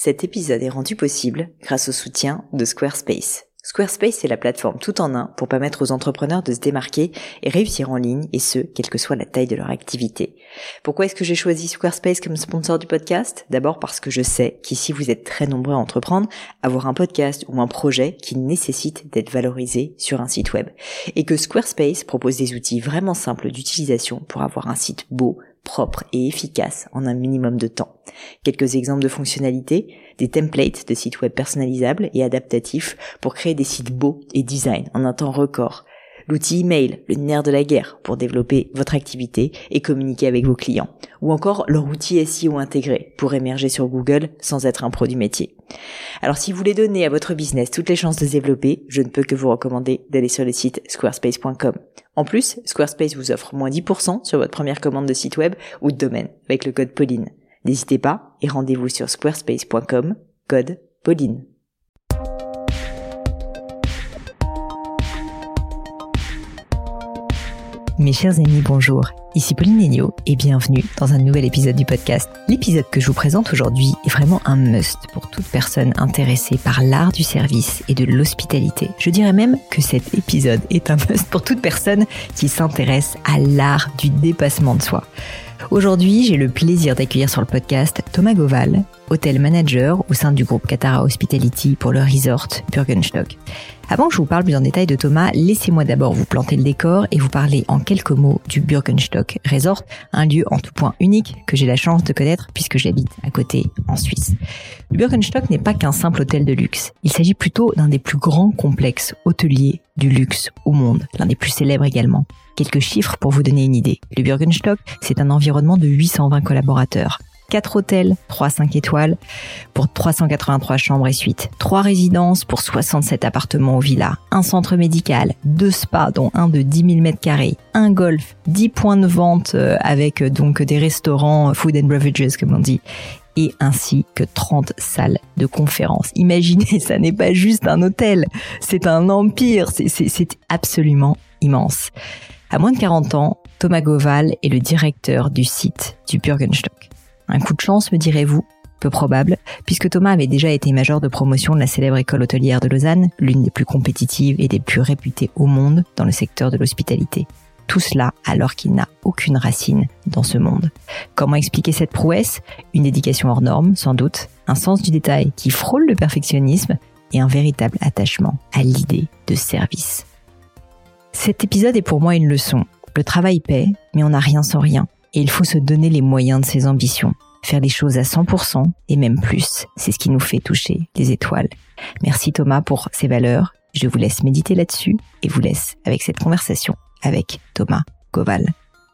Cet épisode est rendu possible grâce au soutien de Squarespace. Squarespace est la plateforme tout en un pour permettre aux entrepreneurs de se démarquer et réussir en ligne, et ce, quelle que soit la taille de leur activité. Pourquoi est-ce que j'ai choisi Squarespace comme sponsor du podcast ? D'abord parce que je sais qu'ici vous êtes très nombreux à entreprendre, avoir un podcast ou un projet qui nécessite d'être valorisé sur un site web. Et que Squarespace propose des outils vraiment simples d'utilisation pour avoir un site beau, propre et efficace en un minimum de temps. Quelques exemples de fonctionnalités, des templates de sites web personnalisables et adaptatifs pour créer des sites beaux et design en un temps record. L'outil email, le nerf de la guerre pour développer votre activité et communiquer avec vos clients. Ou encore leur outil SEO intégré pour émerger sur Google sans être un pro du métier. Alors si vous voulez donner à votre business toutes les chances de se développer, je ne peux que vous recommander d'aller sur le site squarespace.com. En plus, Squarespace vous offre moins 10% sur votre première commande de site web ou de domaine avec le code Pauline. N'hésitez pas et rendez-vous sur squarespace.com, code Pauline. Mes chers amis, bonjour. Ici Pauline Legnaud et bienvenue dans un nouvel épisode du podcast. L'épisode que je vous présente aujourd'hui est vraiment un must pour toute personne intéressée par l'art du service et de l'hospitalité. Je dirais même que cet épisode est un must pour toute personne qui s'intéresse à l'art du dépassement de soi. Aujourd'hui, j'ai le plaisir d'accueillir sur le podcast Thomas Goval, hôtel manager au sein du groupe Katara Hospitality pour le resort Bürgenstock. Avant que je vous parle plus en détail de Thomas, laissez-moi d'abord vous planter le décor et vous parler en quelques mots du Bürgenstock Resort, un lieu en tout point unique que j'ai la chance de connaître puisque j'habite à côté en Suisse. Le Bürgenstock n'est pas qu'un simple hôtel de luxe. Il s'agit plutôt d'un des plus grands complexes hôteliers du luxe au monde, l'un des plus célèbres également. Quelques chiffres pour vous donner une idée. Le Bürgenstock, c'est un environnement de 820 collaborateurs. 4 hôtels, 3 5 étoiles, pour 383 chambres et suites. 3 résidences pour 67 appartements ou villas. Un centre médical, 2 spas, dont un de 10 000 m². Un golf, 10 points de vente avec donc des restaurants, food and beverages comme on dit. Et ainsi que 30 salles de conférences. Imaginez, ça n'est pas juste un hôtel, c'est un empire, c'est absolument immense. À moins de 40 ans, Thomas Goval est le directeur du site du Bürgenstock. Un coup de chance, me direz-vous? Peu probable, puisque Thomas avait déjà été major de promotion de la célèbre école hôtelière de Lausanne, l'une des plus compétitives et des plus réputées au monde dans le secteur de l'hospitalité. Tout cela alors qu'il n'a aucune racine dans ce monde. Comment expliquer cette prouesse? Une dédication hors norme, sans doute, un sens du détail qui frôle le perfectionnisme et un véritable attachement à l'idée de service. Cet épisode est pour moi une leçon. Le travail paie, mais on n'a rien sans rien. Et il faut se donner les moyens de ses ambitions. Faire les choses à 100% et même plus. C'est ce qui nous fait toucher les étoiles. Merci Thomas pour ces valeurs. Je vous laisse méditer là-dessus et vous laisse avec cette conversation avec Thomas Goval.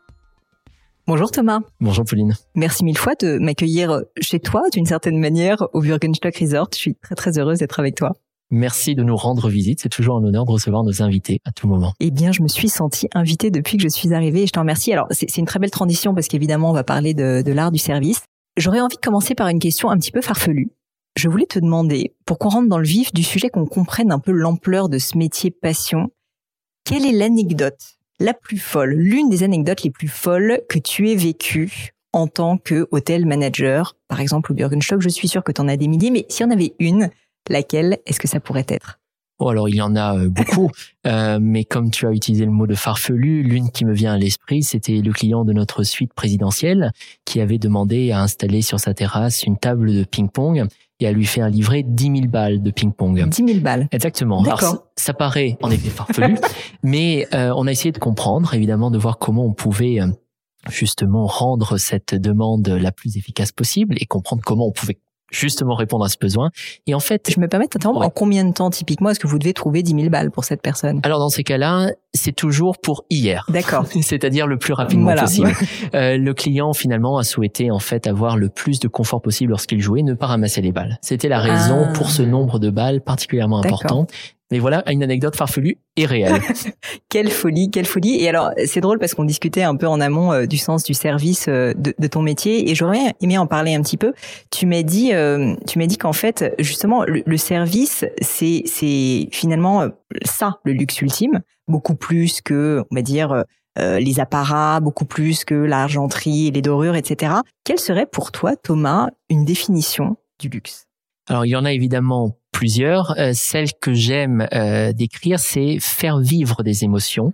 Bonjour Thomas. Bonjour Pauline. Merci mille fois de m'accueillir chez toi d'une certaine manière au Bürgenstock Resort. Je suis très très heureuse d'être avec toi. Merci de nous rendre visite. C'est toujours un honneur de recevoir nos invités à tout moment. Eh bien, je me suis sentie invitée depuis que je suis arrivée et je t'en remercie. Alors, c'est une très belle transition parce qu'évidemment, on va parler de l'art du service. J'aurais envie de commencer par une question un petit peu farfelue. Je voulais te demander, pour qu'on rentre dans le vif du sujet, qu'on comprenne un peu l'ampleur de ce métier passion, quelle est l'anecdote la plus folle, l'une des anecdotes les plus folles que tu aies vécues en tant que hôtel manager, par exemple au Bürgenstock? Je suis sûre que tu en as des milliers, mais s'il y en avait une, laquelle est-ce que ça pourrait être? Oh, alors il y en a beaucoup, mais comme tu as utilisé le mot de farfelu, l'une qui me vient à l'esprit, c'était le client de notre suite présidentielle qui avait demandé à installer sur sa terrasse une table de ping-pong et à lui faire livrer 10 000 balles de ping-pong. 10 000 balles. Exactement. D'accord. Alors, ça paraît en effet farfelu, mais on a essayé de comprendre, évidemment, de voir comment on pouvait justement rendre cette demande la plus efficace possible et comprendre comment on pouvait justement répondre à ce besoin. Et en fait... Je me permets de t'interrompre, en combien de temps typiquement est-ce que vous devez trouver 10 000 balles pour cette personne? Alors dans ces cas-là, c'est toujours pour hier. D'accord. C'est-à-dire le plus rapidement possible. Le client finalement a souhaité en fait avoir le plus de confort possible lorsqu'il jouait, ne pas ramasser les balles. C'était la raison pour ce nombre de balles particulièrement important. Mais voilà, une anecdote farfelue et réelle. Quelle folie, quelle folie. Et alors, c'est drôle parce qu'on discutait un peu en amont du sens du service de ton métier et j'aurais aimé en parler un petit peu. Tu m'as dit qu'en fait, justement, le service, c'est finalement ça, le luxe ultime, beaucoup plus que, on va dire, les apparats, beaucoup plus que l'argenterie, les dorures, etc. Quelle serait pour toi, Thomas, une définition du luxe? Alors, il y en a évidemment plusieurs. Celle que j'aime décrire, c'est faire vivre des émotions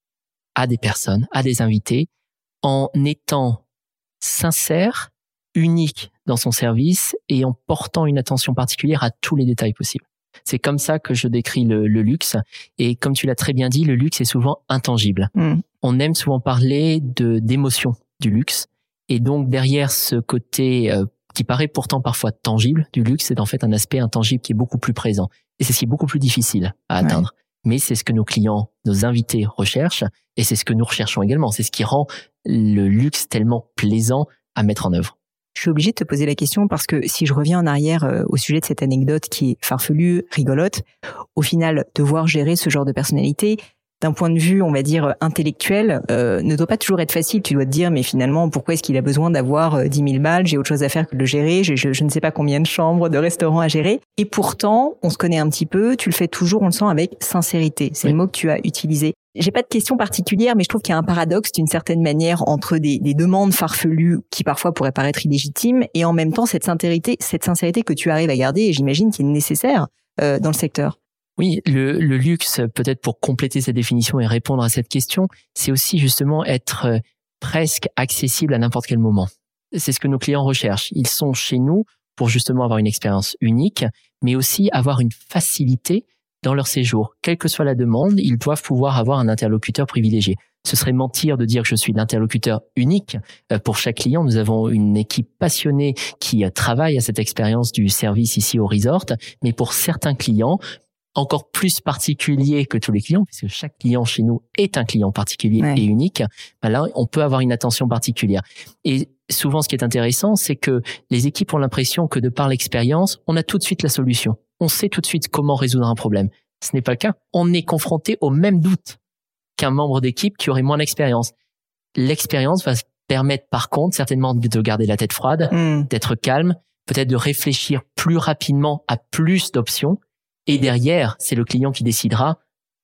à des personnes, à des invités, en étant sincère, unique dans son service et en portant une attention particulière à tous les détails possibles. C'est comme ça que je décris le luxe. Et comme tu l'as très bien dit, le luxe est souvent intangible. On aime souvent parler d'émotions du luxe. Et donc, derrière ce côté qui paraît pourtant parfois tangible du luxe, c'est en fait un aspect intangible qui est beaucoup plus présent. Et c'est ce qui est beaucoup plus difficile à atteindre. Mais c'est ce que nos clients, nos invités recherchent. Et c'est ce que nous recherchons également. C'est ce qui rend le luxe tellement plaisant à mettre en œuvre. Je suis obligée de te poser la question parce que si je reviens en arrière au sujet de cette anecdote qui est farfelue, rigolote, au final, devoir gérer ce genre de personnalité, d'un point de vue, on va dire, intellectuel, ne doit pas toujours être facile. Tu dois te dire, mais finalement, pourquoi est-ce qu'il a besoin d'avoir 10 000 balles? J'ai autre chose à faire que de le gérer. Je ne sais pas combien de chambres, de restaurants à gérer. Et pourtant, on se connaît un petit peu. Tu le fais toujours, on le sent, avec sincérité. C'est le mot que tu as utilisé. J'ai pas de question particulière, mais je trouve qu'il y a un paradoxe d'une certaine manière entre des demandes farfelues qui parfois pourraient paraître illégitimes et en même temps cette sincérité que tu arrives à garder et j'imagine qui est nécessaire dans le secteur. Oui, le luxe, peut-être pour compléter cette définition et répondre à cette question, c'est aussi justement être presque accessible à n'importe quel moment. C'est ce que nos clients recherchent. Ils sont chez nous pour justement avoir une expérience unique, mais aussi avoir une facilité dans leur séjour. Quelle que soit la demande, ils doivent pouvoir avoir un interlocuteur privilégié. Ce serait mentir de dire que je suis l'interlocuteur unique pour chaque client. Nous avons une équipe passionnée qui travaille à cette expérience du service ici au resort, mais pour certains clients, encore plus particulier que tous les clients, puisque chaque client chez nous est un client particulier et unique, ben là, on peut avoir une attention particulière. Et souvent, ce qui est intéressant, c'est que les équipes ont l'impression que de par l'expérience, on a tout de suite la solution. On sait tout de suite comment résoudre un problème. Ce n'est pas le cas. On est confronté au même doute qu'un membre d'équipe qui aurait moins d'expérience. L'expérience va permettre, par contre, certainement de garder la tête froide, d'être calme, peut-être de réfléchir plus rapidement à plus d'options. Et derrière, c'est le client qui décidera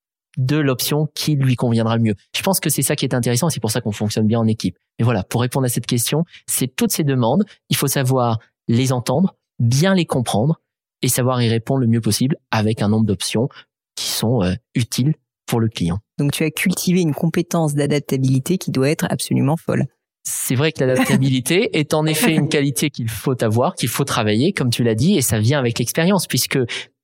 de l'option qui lui conviendra le mieux. Je pense que c'est ça qui est intéressant et c'est pour ça qu'on fonctionne bien en équipe. Mais voilà, pour répondre à cette question, c'est toutes ces demandes, il faut savoir les entendre, bien les comprendre et savoir y répondre le mieux possible avec un nombre d'options qui sont utiles pour le client. Donc tu as cultivé une compétence d'adaptabilité qui doit être absolument folle. C'est vrai que l'adaptabilité est en effet une qualité qu'il faut avoir, qu'il faut travailler, comme tu l'as dit, et ça vient avec l'expérience puisque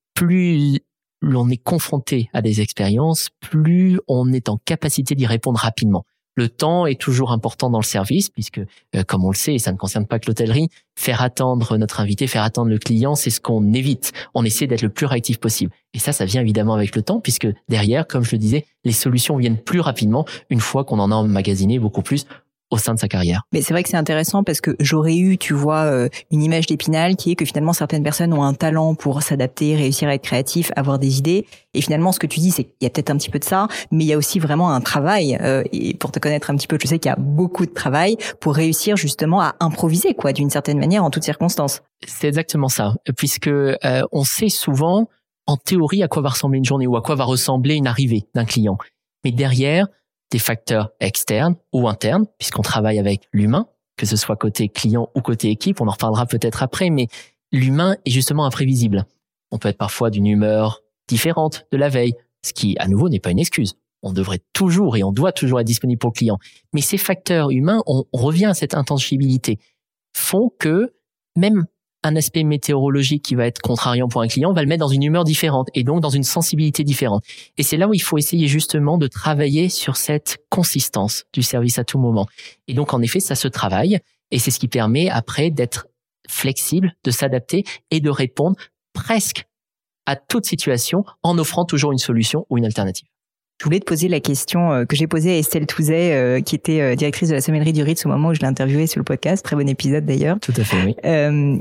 plus l'on est confronté à des expériences, plus on est en capacité d'y répondre rapidement. Le temps est toujours important dans le service puisque, comme on le sait, et ça ne concerne pas que l'hôtellerie, faire attendre notre invité, faire attendre le client, c'est ce qu'on évite. On essaie d'être le plus réactif possible. Et ça vient évidemment avec le temps puisque derrière, comme je le disais, les solutions viennent plus rapidement une fois qu'on en a emmagasiné beaucoup plus au sein de sa carrière. Mais c'est vrai que c'est intéressant parce que j'aurais eu, tu vois, une image d'Épinal qui est que finalement certaines personnes ont un talent pour s'adapter, réussir à être créatif, avoir des idées. Et finalement, ce que tu dis, c'est qu'il y a peut-être un petit peu de ça, mais il y a aussi vraiment un travail. Et pour te connaître un petit peu, je sais qu'il y a beaucoup de travail pour réussir justement à improviser, quoi, d'une certaine manière, en toutes circonstances. C'est exactement ça, puisque on sait souvent, en théorie, à quoi va ressembler une journée ou à quoi va ressembler une arrivée d'un client. Mais derrière, des facteurs externes ou internes, puisqu'on travaille avec l'humain, que ce soit côté client ou côté équipe, on en reparlera peut-être après, mais l'humain est justement imprévisible. On peut être parfois d'une humeur différente de la veille, ce qui, à nouveau, n'est pas une excuse. On devrait toujours et on doit toujours être disponible pour le client. Mais ces facteurs humains, on revient à cette intangibilité, font que même un aspect météorologique qui va être contrariant pour un client va le mettre dans une humeur différente et donc dans une sensibilité différente. Et c'est là où il faut essayer justement de travailler sur cette consistance du service à tout moment. Et donc, en effet, ça se travaille et c'est ce qui permet après d'être flexible, de s'adapter et de répondre presque à toute situation en offrant toujours une solution ou une alternative. Je voulais te poser la question que j'ai posée à Estelle Touzet, qui était directrice de la sommellerie du Ritz au moment où je l'ai interviewée sur le podcast. Très bon épisode d'ailleurs. Tout à fait, oui.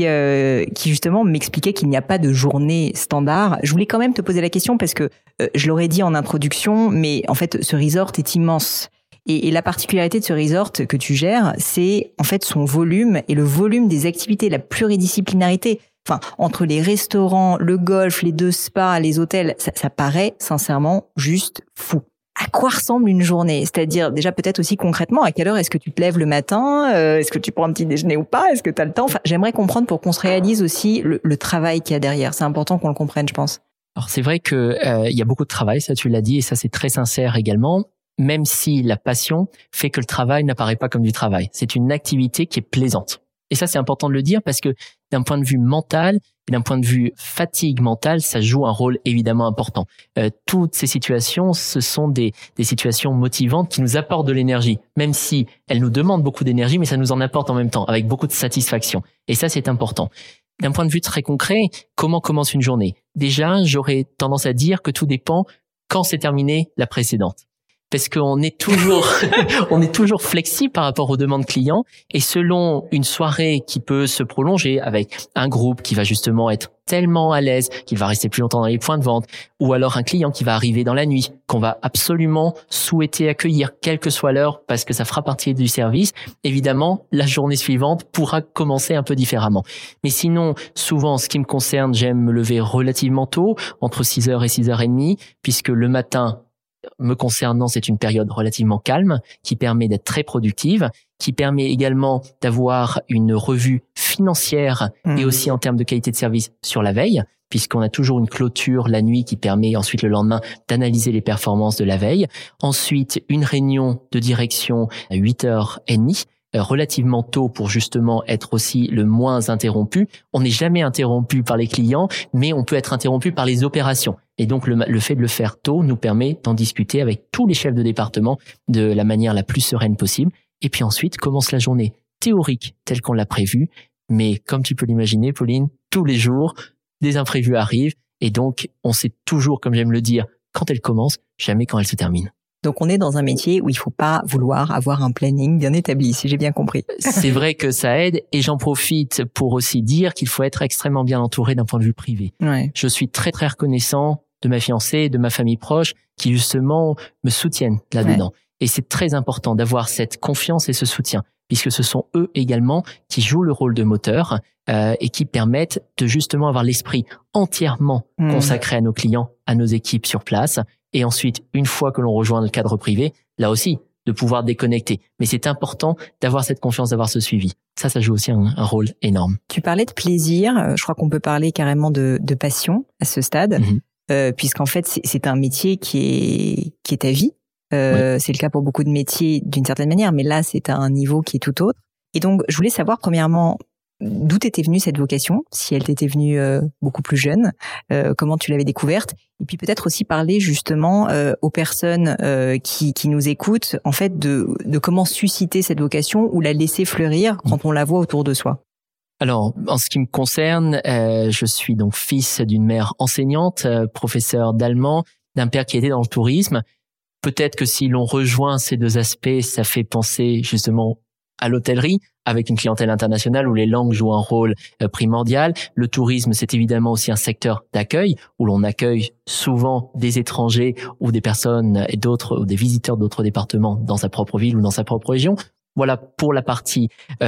Qui justement m'expliquait qu'il n'y a pas de journée standard. Je voulais quand même te poser la question parce que je l'aurais dit en introduction, mais en fait, ce resort est immense. Et la particularité de ce resort que tu gères, c'est en fait son volume et le volume des activités, la pluridisciplinarité. Enfin, entre les restaurants, le golf, les 2 spas, les hôtels, ça paraît sincèrement juste fou. à quoi ressemble une journée? C'est-à-dire déjà peut-être aussi concrètement, à quelle heure est-ce que tu te lèves le matin? Est-ce que tu prends un petit déjeuner ou pas? Est-ce que tu as le temps? Enfin, j'aimerais comprendre pour qu'on se réalise aussi le travail qu'il y a derrière. C'est important qu'on le comprenne, je pense. Alors c'est vrai que il y a beaucoup de travail, ça tu l'as dit, et ça c'est très sincère également. Même si la passion fait que le travail n'apparaît pas comme du travail. C'est une activité qui est plaisante. Et ça, c'est important de le dire parce que d'un point de vue mental et d'un point de vue fatigue mentale, ça joue un rôle évidemment important. Toutes ces situations, ce sont des situations motivantes qui nous apportent de l'énergie, même si elles nous demandent beaucoup d'énergie, mais ça nous en apporte en même temps, avec beaucoup de satisfaction. Et ça, c'est important. D'un point de vue très concret, comment commence une journée? Déjà, j'aurais tendance à dire que tout dépend quand s'est terminée la précédente. Parce qu'on est toujours, on est toujours flexible par rapport aux demandes clients, et selon une soirée qui peut se prolonger avec un groupe qui va justement être tellement à l'aise qu'il va rester plus longtemps dans les points de vente, ou alors un client qui va arriver dans la nuit, qu'on va absolument souhaiter accueillir, quelle que soit l'heure, parce que ça fera partie du service, évidemment, la journée suivante pourra commencer un peu différemment. Mais sinon, souvent, en ce qui me concerne, j'aime me lever relativement tôt, entre 6h et 6h30, puisque le matin, me concernant, c'est une période relativement calme qui permet d'être très productive, qui permet également d'avoir une revue financière et aussi en termes de qualité de service sur la veille, puisqu'on a toujours une clôture la nuit qui permet ensuite le lendemain d'analyser les performances de la veille. Ensuite, une réunion de direction à 8h30, relativement tôt pour justement être aussi le moins interrompu. On n'est jamais interrompu par les clients, mais on peut être interrompu par les opérations. Et donc, le fait de le faire tôt nous permet d'en discuter avec tous les chefs de département de la manière la plus sereine possible. Et puis ensuite, commence la journée théorique telle qu'on l'a prévue. Mais comme tu peux l'imaginer, Pauline, tous les jours, des imprévus arrivent. Et donc, on sait toujours, comme j'aime le dire, quand elle commence, jamais quand elle se termine. Donc, on est dans un métier où il faut pas vouloir avoir un planning bien établi, si j'ai bien compris. C'est vrai que ça aide, et j'en profite pour aussi dire qu'il faut être extrêmement bien entouré d'un point de vue privé. Ouais. Je suis très, très reconnaissant de ma fiancée, de ma famille proche, qui justement me soutiennent là-dedans. Ouais. Et c'est très important d'avoir cette confiance et ce soutien, puisque ce sont eux également qui jouent le rôle de moteur et qui permettent de justement avoir l'esprit entièrement consacré à nos clients, à nos équipes sur place. Et ensuite, une fois que l'on rejoint le cadre privé, là aussi, de pouvoir déconnecter. Mais c'est important d'avoir cette confiance, d'avoir ce suivi. Ça joue aussi un rôle énorme. Tu parlais de plaisir. Je crois qu'on peut parler carrément de passion à ce stade, puisqu'en fait, c'est un métier qui est ta vie. Oui. C'est le cas pour beaucoup de métiers d'une certaine manière, mais là, c'est à un niveau qui est tout autre. Et donc, je voulais savoir, premièrement, d'où t'était venue cette vocation, si elle t'était venue beaucoup plus jeune, comment tu l'avais découverte, et puis peut-être aussi parler justement aux personnes qui nous écoutent, en fait, de comment susciter cette vocation ou la laisser fleurir quand on la voit autour de soi. Alors, en ce qui me concerne, je suis donc fils d'une mère enseignante, professeur d'allemand, d'un père qui était dans le tourisme. Peut-être que si l'on rejoint ces deux aspects, ça fait penser justement à l'hôtellerie, avec une clientèle internationale où les langues jouent un rôle primordial. Le tourisme, c'est évidemment aussi un secteur d'accueil où l'on accueille souvent des étrangers ou des personnes et d'autres, ou des visiteurs d'autres départements dans sa propre ville ou dans sa propre région. Voilà pour la partie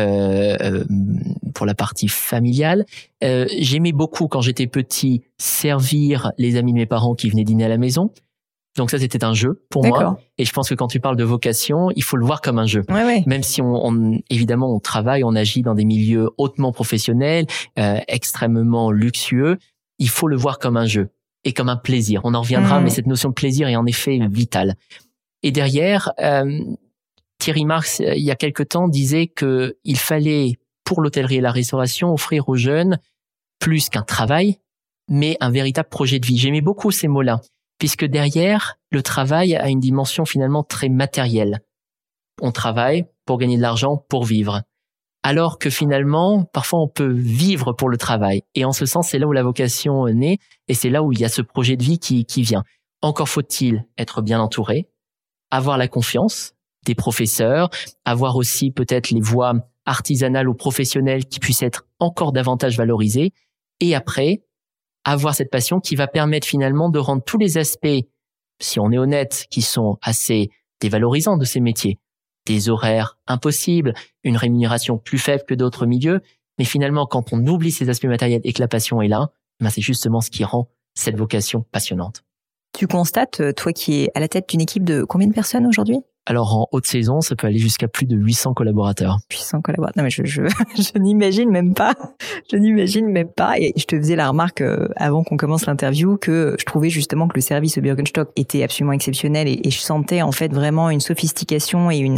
familiale. J'aimais beaucoup quand j'étais petit servir les amis de mes parents qui venaient dîner à la maison. Donc ça, c'était un jeu pour moi. Et je pense que quand tu parles de vocation, il faut le voir comme un jeu. Ouais. Même si évidemment, on travaille, on agit dans des milieux hautement professionnels, extrêmement luxueux, il faut le voir comme un jeu et comme un plaisir. On en reviendra, mais cette notion de plaisir est en effet vitale. Et derrière, Thierry Marx, il y a quelque temps, disait que il fallait, pour l'hôtellerie et la restauration, offrir aux jeunes plus qu'un travail, mais un véritable projet de vie. J'aimais beaucoup ces mots-là, puisque derrière, le travail a une dimension finalement très matérielle. On travaille pour gagner de l'argent, pour vivre. Alors que finalement, parfois on peut vivre pour le travail. Et en ce sens, c'est là où la vocation naît, et c'est là où il y a ce projet de vie qui vient. Encore faut-il être bien entouré, avoir la confiance des professeurs, avoir aussi peut-être les voies artisanales ou professionnelles qui puissent être encore davantage valorisées, et après, avoir cette passion qui va permettre finalement de rendre tous les aspects, si on est honnête, qui sont assez dévalorisants de ces métiers. Des horaires impossibles, une rémunération plus faible que d'autres milieux, mais finalement, quand on oublie ces aspects matériels et que la passion est là, c'est justement ce qui rend cette vocation passionnante. Tu constates, toi qui es à la tête d'une équipe de combien de personnes aujourd'hui? Alors en haute saison, ça peut aller jusqu'à plus de 800 collaborateurs. 800 collaborateurs. Non mais je n'imagine même pas. Je n'imagine même pas. Et je te faisais la remarque avant qu'on commence l'interview que je trouvais justement que le service au Birkenstock était absolument exceptionnel et je sentais en fait vraiment une sophistication et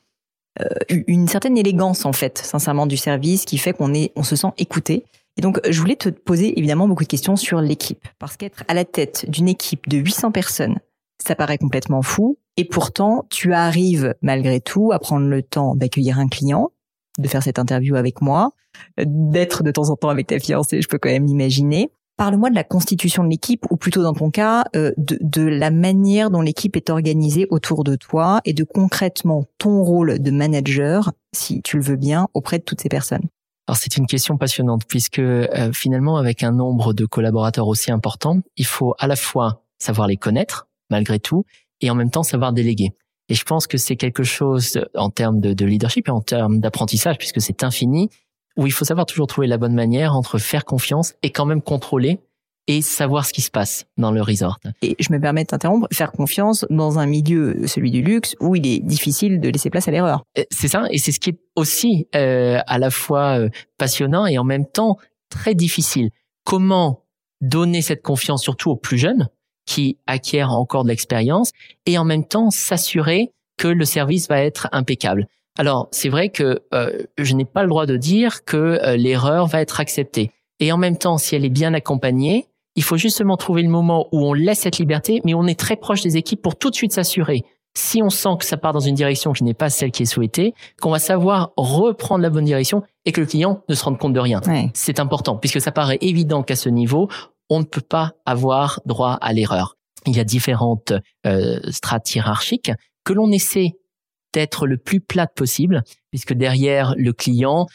une certaine élégance en fait, sincèrement du service qui fait on se sent écouté. Et donc je voulais te poser évidemment beaucoup de questions sur l'équipe parce qu'être à la tête d'une équipe de 800 personnes, ça paraît complètement fou. Et pourtant, tu arrives malgré tout à prendre le temps d'accueillir un client, de faire cette interview avec moi, d'être de temps en temps avec ta fiancée, je peux quand même l'imaginer. Parle-moi de la constitution de l'équipe, ou plutôt dans ton cas, de la manière dont l'équipe est organisée autour de toi et de concrètement ton rôle de manager, si tu le veux bien, auprès de toutes ces personnes. Alors c'est une question passionnante puisque finalement, avec un nombre de collaborateurs aussi important, il faut à la fois savoir les connaître, malgré tout, et en même temps savoir déléguer. Et je pense que c'est quelque chose en termes de leadership et en termes d'apprentissage, puisque c'est infini, où il faut savoir toujours trouver la bonne manière entre faire confiance et quand même contrôler et savoir ce qui se passe dans le resort. Et je me permets de t'interrompre, faire confiance dans un milieu, celui du luxe, où il est difficile de laisser place à l'erreur. C'est ça, et c'est ce qui est aussi à la fois passionnant et en même temps très difficile. Comment donner cette confiance surtout aux plus jeunes qui acquièrent encore de l'expérience et en même temps s'assurer que le service va être impeccable. Alors, c'est vrai que je n'ai pas le droit de dire que l'erreur va être acceptée. Et en même temps, si elle est bien accompagnée, il faut justement trouver le moment où on laisse cette liberté, mais on est très proche des équipes pour tout de suite s'assurer. Si on sent que ça part dans une direction qui n'est pas celle qui est souhaitée, qu'on va savoir reprendre la bonne direction et que le client ne se rende compte de rien. Ouais. C'est important, puisque ça paraît évident qu'à ce niveau, on ne peut pas avoir droit à l'erreur. Il y a différentes strates hiérarchiques que l'on essaie d'être le plus plate possible, puisque derrière le client,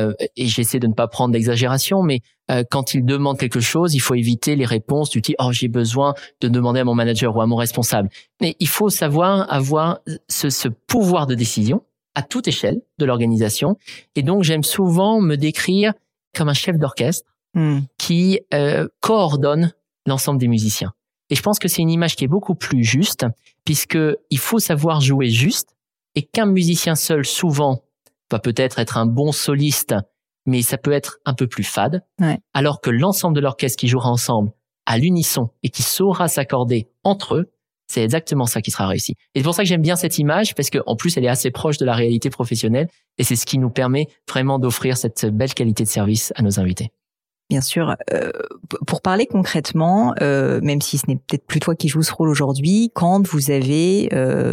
et j'essaie de ne pas prendre d'exagération, mais quand il demande quelque chose, il faut éviter les réponses du type « Oh, j'ai besoin de demander à mon manager ou à mon responsable ». Mais il faut savoir avoir ce pouvoir de décision à toute échelle de l'organisation. Et donc, j'aime souvent me décrire comme un chef d'orchestre qui coordonne l'ensemble des musiciens. Et je pense que c'est une image qui est beaucoup plus juste, puisque il faut savoir jouer juste, et qu'un musicien seul, souvent, va peut-être être un bon soliste, mais ça peut être un peu plus fade, ouais. Alors que l'ensemble de l'orchestre qui jouera ensemble à l'unisson et qui saura s'accorder entre eux, c'est exactement ça qui sera réussi. Et c'est pour ça que j'aime bien cette image, parce qu'en plus, elle est assez proche de la réalité professionnelle, et c'est ce qui nous permet vraiment d'offrir cette belle qualité de service à nos invités. Bien sûr. Pour parler concrètement, même si ce n'est peut-être plus toi qui joues ce rôle aujourd'hui, quand vous avez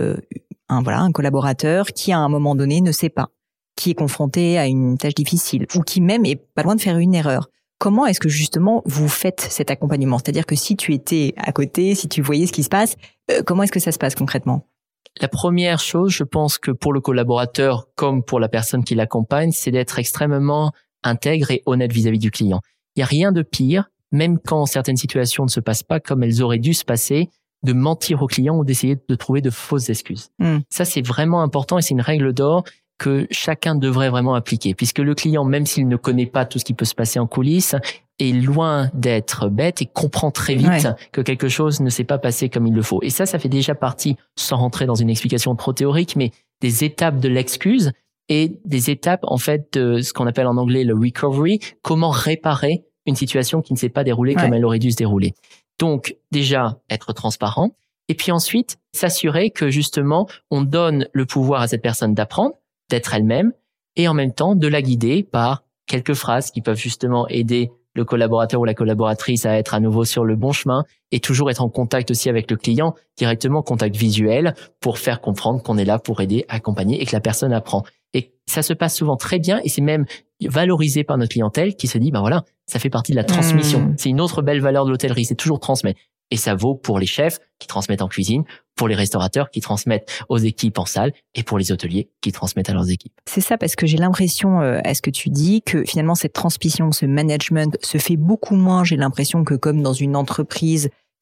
un collaborateur qui à un moment donné ne sait pas, qui est confronté à une tâche difficile ou qui même est pas loin de faire une erreur, comment est-ce que justement vous faites cet accompagnement? C'est-à-dire que si tu étais à côté, si tu voyais ce qui se passe, comment est-ce que ça se passe concrètement? La première chose, je pense que pour le collaborateur comme pour la personne qui l'accompagne, c'est d'être extrêmement intègre et honnête vis-à-vis du client. Il n'y a rien de pire, même quand certaines situations ne se passent pas comme elles auraient dû se passer, de mentir au client ou d'essayer de trouver de fausses excuses. Ça, c'est vraiment important et c'est une règle d'or que chacun devrait vraiment appliquer, puisque le client, même s'il ne connaît pas tout ce qui peut se passer en coulisses, est loin d'être bête et comprend très vite que quelque chose ne s'est pas passé comme il le faut. Et ça fait déjà partie, sans rentrer dans une explication trop théorique, mais des étapes de l'excuse et des étapes, en fait, de ce qu'on appelle en anglais le recovery, comment réparer une situation qui ne s'est pas déroulée comme elle aurait dû se dérouler. Donc, déjà, être transparent. Et puis ensuite, s'assurer que, justement, on donne le pouvoir à cette personne d'apprendre, d'être elle-même, et en même temps, de la guider par quelques phrases qui peuvent justement aider le collaborateur ou la collaboratrice à être à nouveau sur le bon chemin et toujours être en contact aussi avec le client, directement contact visuel, pour faire comprendre qu'on est là pour aider, accompagner et que la personne apprend. Et ça se passe souvent très bien et c'est même valorisé par notre clientèle qui se dit, ben voilà, ça fait partie de la transmission. C'est une autre belle valeur de l'hôtellerie, c'est toujours transmettre. Et ça vaut pour les chefs qui transmettent en cuisine, pour les restaurateurs qui transmettent aux équipes en salle et pour les hôteliers qui transmettent à leurs équipes. C'est ça, parce que j'ai l'impression, à ce que tu dis, que finalement cette transmission, ce management se fait beaucoup moins, j'ai l'impression, que comme dans une entreprise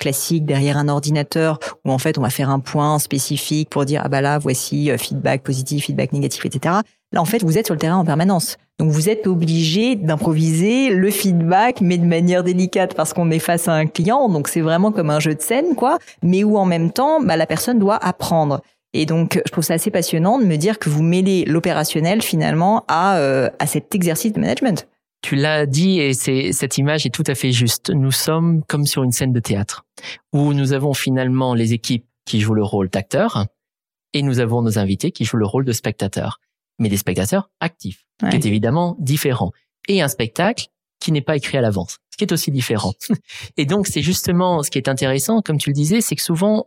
classique derrière un ordinateur où en fait on va faire un point spécifique pour dire là voici feedback positif, feedback négatif, etc. Là en fait vous êtes sur le terrain en permanence. Donc vous êtes obligé d'improviser le feedback mais de manière délicate parce qu'on est face à un client. Donc c'est vraiment comme un jeu de scène quoi, mais où en même temps la personne doit apprendre. Et donc je trouve ça assez passionnant de me dire que vous mêlez l'opérationnel finalement à cet exercice de management. Tu l'as dit et cette image est tout à fait juste. Nous sommes comme sur une scène de théâtre où nous avons finalement les équipes qui jouent le rôle d'acteurs et nous avons nos invités qui jouent le rôle de spectateurs. Mais des spectateurs actifs, qui est évidemment différent. Et un spectacle qui n'est pas écrit à l'avance, ce qui est aussi différent. Et donc c'est justement ce qui est intéressant, comme tu le disais, c'est que souvent,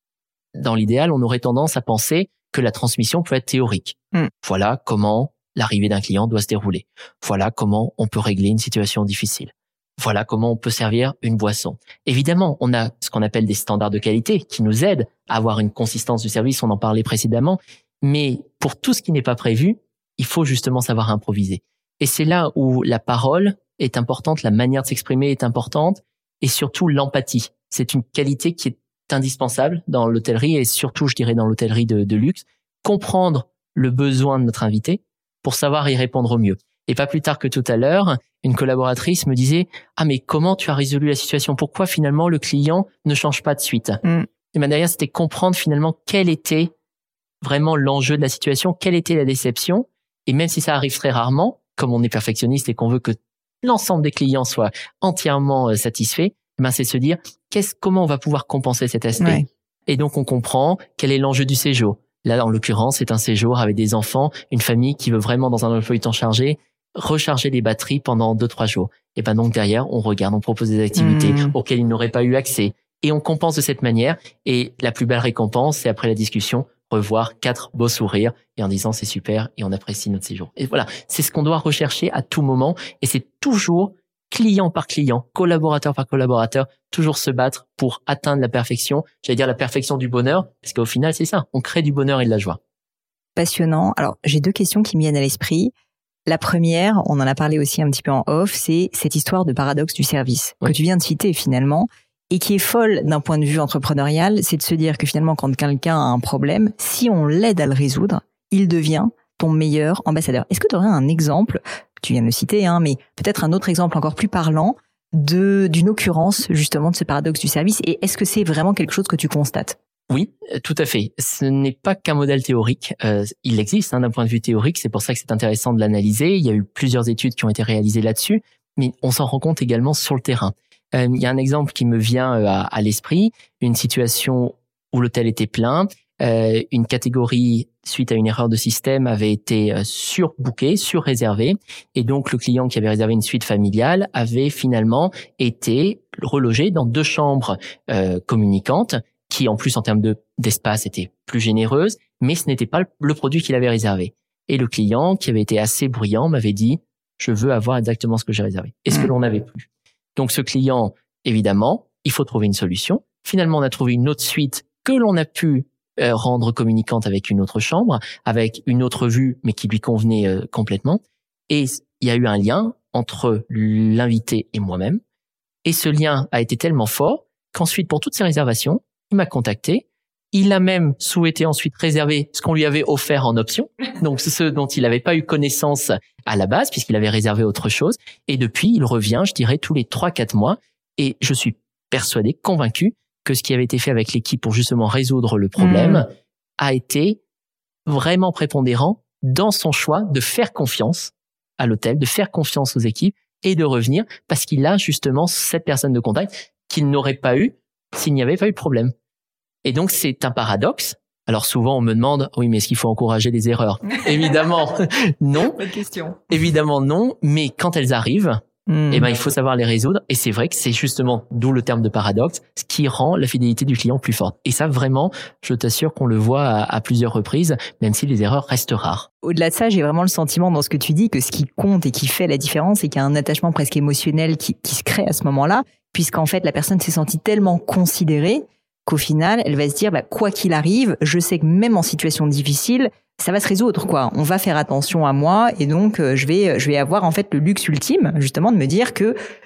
dans l'idéal, on aurait tendance à penser que la transmission peut être théorique. Voilà comment l'arrivée d'un client doit se dérouler. Voilà comment on peut régler une situation difficile. Voilà comment on peut servir une boisson. Évidemment, on a ce qu'on appelle des standards de qualité qui nous aident à avoir une consistance du service, on en parlait précédemment. Mais pour tout ce qui n'est pas prévu, il faut justement savoir improviser. Et c'est là où la parole est importante, la manière de s'exprimer est importante et surtout l'empathie. C'est une qualité qui est indispensable dans l'hôtellerie et surtout, je dirais, dans l'hôtellerie de luxe. Comprendre le besoin de notre invité pour savoir y répondre au mieux. Et pas plus tard que tout à l'heure, une collaboratrice me disait « Ah, mais comment tu as résolu la situation? Pourquoi finalement le client ne change pas de suite ?» Et derrière, c'était comprendre finalement quel était vraiment l'enjeu de la situation, quelle était la déception. Et même si ça arrive très rarement, comme on est perfectionniste et qu'on veut que l'ensemble des clients soient entièrement satisfaits, c'est se dire comment on va pouvoir compenser cet aspect. Et donc on comprend quel est l'enjeu du séjour. Là, en l'occurrence, c'est un séjour avec des enfants, une famille qui veut vraiment, dans un emploi du temps chargé, recharger les batteries pendant 2-3 jours. Et donc derrière, on regarde, on propose des activités auxquelles ils n'auraient pas eu accès. Et on compense de cette manière. Et la plus belle récompense, c'est après la discussion, revoir 4 beaux sourires et en disant c'est super et on apprécie notre séjour. Et voilà, c'est ce qu'on doit rechercher à tout moment. Et c'est toujours client par client, collaborateur par collaborateur, toujours se battre pour atteindre la perfection. J'allais dire la perfection du bonheur, parce qu'au final, c'est ça. On crée du bonheur et de la joie. Passionnant. Alors, j'ai 2 questions qui me viennent à l'esprit. La première, on en a parlé aussi un petit peu en off, c'est cette histoire de paradoxe du service que tu viens de citer finalement et qui est folle d'un point de vue entrepreneurial. C'est de se dire que finalement, quand quelqu'un a un problème, si on l'aide à le résoudre, il devient ton meilleur ambassadeur. Est-ce que tu aurais un exemple, tu viens de le citer, mais peut-être un autre exemple encore plus parlant d'une occurrence justement de ce paradoxe du service, et est-ce que c'est vraiment quelque chose que tu constates? Oui, tout à fait. Ce n'est pas qu'un modèle théorique. Il existe d'un point de vue théorique, c'est pour ça que c'est intéressant de l'analyser. Il y a eu plusieurs études qui ont été réalisées là-dessus, mais on s'en rend compte également sur le terrain. Il y a un exemple qui me vient à l'esprit, une situation où l'hôtel était plein, une catégorie suite à une erreur de système avait été surbookée, surréservée, et donc le client qui avait réservé une suite familiale avait finalement été relogé dans 2 chambres communicantes qui en plus en termes d'espace étaient plus généreuses, mais ce n'était pas le produit qu'il avait réservé. Et le client qui avait été assez bruyant m'avait dit « je veux avoir exactement ce que j'ai réservé ». Et ce que l'on n'avait plus. Donc ce client, évidemment, il faut trouver une solution. Finalement, on a trouvé une autre suite que l'on a pu rendre communicante avec une autre chambre, avec une autre vue, mais qui lui convenait complètement. Et il y a eu un lien entre l'invité et moi-même. Et ce lien a été tellement fort qu'ensuite, pour toutes ces réservations, il m'a contacté. Il a même souhaité ensuite réserver ce qu'on lui avait offert en option, donc ce dont il n'avait pas eu connaissance à la base, puisqu'il avait réservé autre chose. Et depuis, il revient, je dirais, tous les 3-4 mois. Et je suis persuadé, convaincu, que ce qui avait été fait avec l'équipe pour justement résoudre le problème a été vraiment prépondérant dans son choix de faire confiance à l'hôtel, de faire confiance aux équipes et de revenir parce qu'il a justement cette personne de contact qu'il n'aurait pas eu s'il n'y avait pas eu de problème. Et donc, c'est un paradoxe. Alors souvent, on me demande, oui, mais est-ce qu'il faut encourager les erreurs? Évidemment, non. Bonne question. Évidemment, non. Mais quand elles arrivent, il faut savoir les résoudre. Et c'est vrai que c'est justement, d'où le terme de paradoxe, ce qui rend la fidélité du client plus forte. Et ça, vraiment, je t'assure qu'on le voit à plusieurs reprises, même si les erreurs restent rares. Au-delà de ça, j'ai vraiment le sentiment dans ce que tu dis que ce qui compte et qui fait la différence, c'est qu'il y a un attachement presque émotionnel qui se crée à ce moment-là, puisqu'en fait, la personne s'est sentie tellement considérée qu'au final, elle va se dire, quoi qu'il arrive, je sais que même en situation difficile, ça va se résoudre, quoi. On va faire attention à moi et donc je vais avoir en fait le luxe ultime, justement, de me dire que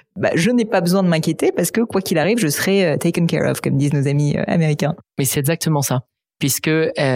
je n'ai pas besoin de m'inquiéter parce que quoi qu'il arrive, je serai taken care of, comme disent nos amis américains. Mais c'est exactement ça. Puisque,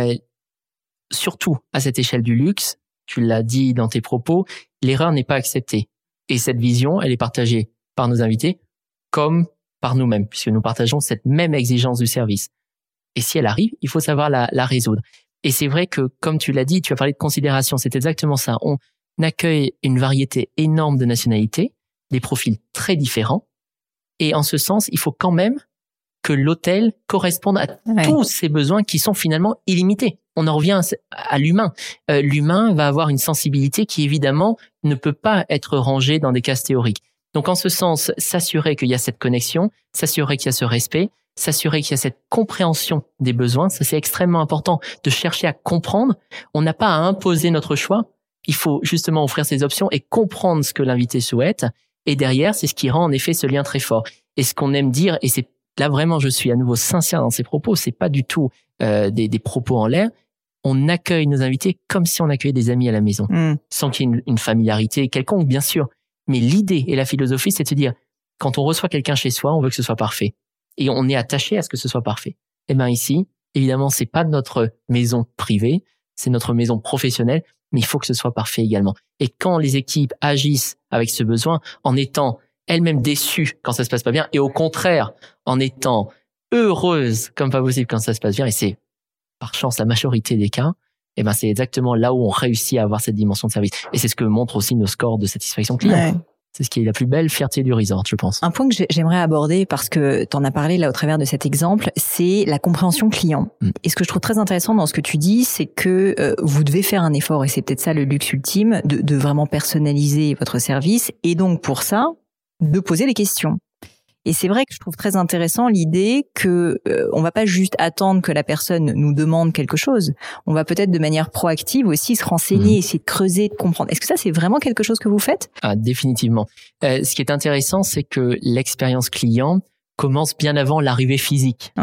surtout à cette échelle du luxe, tu l'as dit dans tes propos, l'erreur n'est pas acceptée. Et cette vision, elle est partagée par nos invités comme par nous-mêmes, puisque nous partageons cette même exigence du service. Et si elle arrive, il faut savoir la résoudre. Et c'est vrai que, comme tu l'as dit, tu as parlé de considération, c'est exactement ça. On accueille une variété énorme de nationalités, des profils très différents. Et en ce sens, il faut quand même que l'hôtel corresponde à tous ces besoins qui sont finalement illimités. On en revient à l'humain. L'humain va avoir une sensibilité qui, évidemment, ne peut pas être rangée dans des cases théoriques. Donc, en ce sens, s'assurer qu'il y a cette connexion, s'assurer qu'il y a ce respect, s'assurer qu'il y a cette compréhension des besoins, ça c'est extrêmement important de chercher à comprendre. On n'a pas à imposer notre choix. Il faut justement offrir ces options et comprendre ce que l'invité souhaite. Et derrière, c'est ce qui rend en effet ce lien très fort. Et ce qu'on aime dire, et c'est là vraiment, je suis à nouveau sincère dans ces propos, c'est pas du tout des propos en l'air. On accueille nos invités comme si on accueillait des amis à la maison, sans qu'il y ait une familiarité quelconque, bien sûr. Mais l'idée et la philosophie, c'est de se dire, quand on reçoit quelqu'un chez soi, on veut que ce soit parfait. Et on est attaché à ce que ce soit parfait. Et ben ici, évidemment, c'est pas notre maison privée, c'est notre maison professionnelle, mais il faut que ce soit parfait également. Et quand les équipes agissent avec ce besoin, en étant elles-mêmes déçues quand ça se passe pas bien, et au contraire, en étant heureuses comme pas possible quand ça se passe bien, et c'est par chance la majorité des cas, et ben c'est exactement là où on réussit à avoir cette dimension de service. Et c'est ce que montrent aussi nos scores de satisfaction client. Ouais. C'est ce qui est la plus belle fierté du resort, je pense. Un point que j'aimerais aborder, parce que tu en as parlé là au travers de cet exemple, c'est la compréhension client. Et ce que je trouve très intéressant dans ce que tu dis, c'est que vous devez faire un effort, et c'est peut-être ça le luxe ultime, de vraiment personnaliser votre service, et donc pour ça, de poser des questions. Et c'est vrai que je trouve très intéressant l'idée que on va pas juste attendre que la personne nous demande quelque chose. On va peut-être de manière proactive aussi se renseigner, essayer de creuser, de comprendre. Est-ce que ça, c'est vraiment quelque chose que vous faites ? Ah, définitivement. Ce qui est intéressant, c'est que l'expérience client commence bien avant l'arrivée physique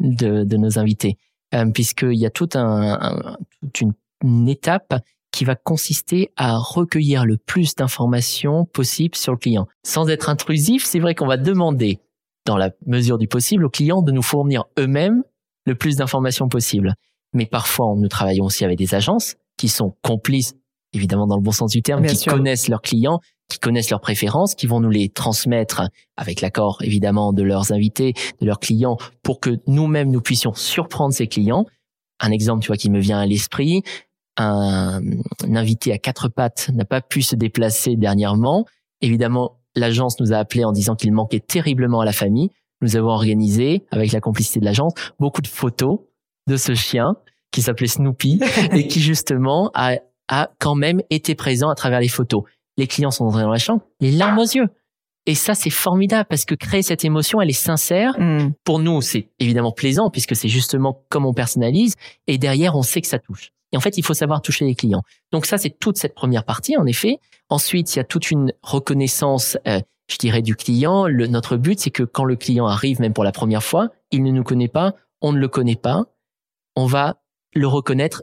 de nos invités, puisqu'il y a toute une étape qui va consister à recueillir le plus d'informations possible sur le client. Sans être intrusif, c'est vrai qu'on va demander, dans la mesure du possible, aux clients de nous fournir eux-mêmes le plus d'informations possible. Mais parfois, nous travaillons aussi avec des agences qui sont complices, évidemment dans le bon sens du terme, qui connaissent leurs clients, qui connaissent leurs préférences, qui vont nous les transmettre avec l'accord, évidemment, de leurs invités, de leurs clients, pour que nous-mêmes, nous puissions surprendre ces clients. Un exemple, tu vois, qui me vient à l'esprit, un invité à 4 pattes n'a pas pu se déplacer dernièrement. Évidemment, l'agence nous a appelé en disant qu'il manquait terriblement à la famille. Nous avons organisé, avec la complicité de l'agence, beaucoup de photos de ce chien qui s'appelait Snoopy et qui justement a quand même été présent à travers les photos. Les clients sont entrés dans la chambre, les larmes aux yeux. Et ça, c'est formidable parce que créer cette émotion, elle est sincère. Pour nous, c'est évidemment plaisant puisque c'est justement comme on personnalise. Et derrière, on sait que ça touche. Et en fait, il faut savoir toucher les clients. Donc ça, c'est toute cette première partie, en effet. Ensuite, il y a toute une reconnaissance, je dirais, du client. Notre but, c'est que quand le client arrive, même pour la première fois, il ne nous connaît pas, on ne le connaît pas. On va le reconnaître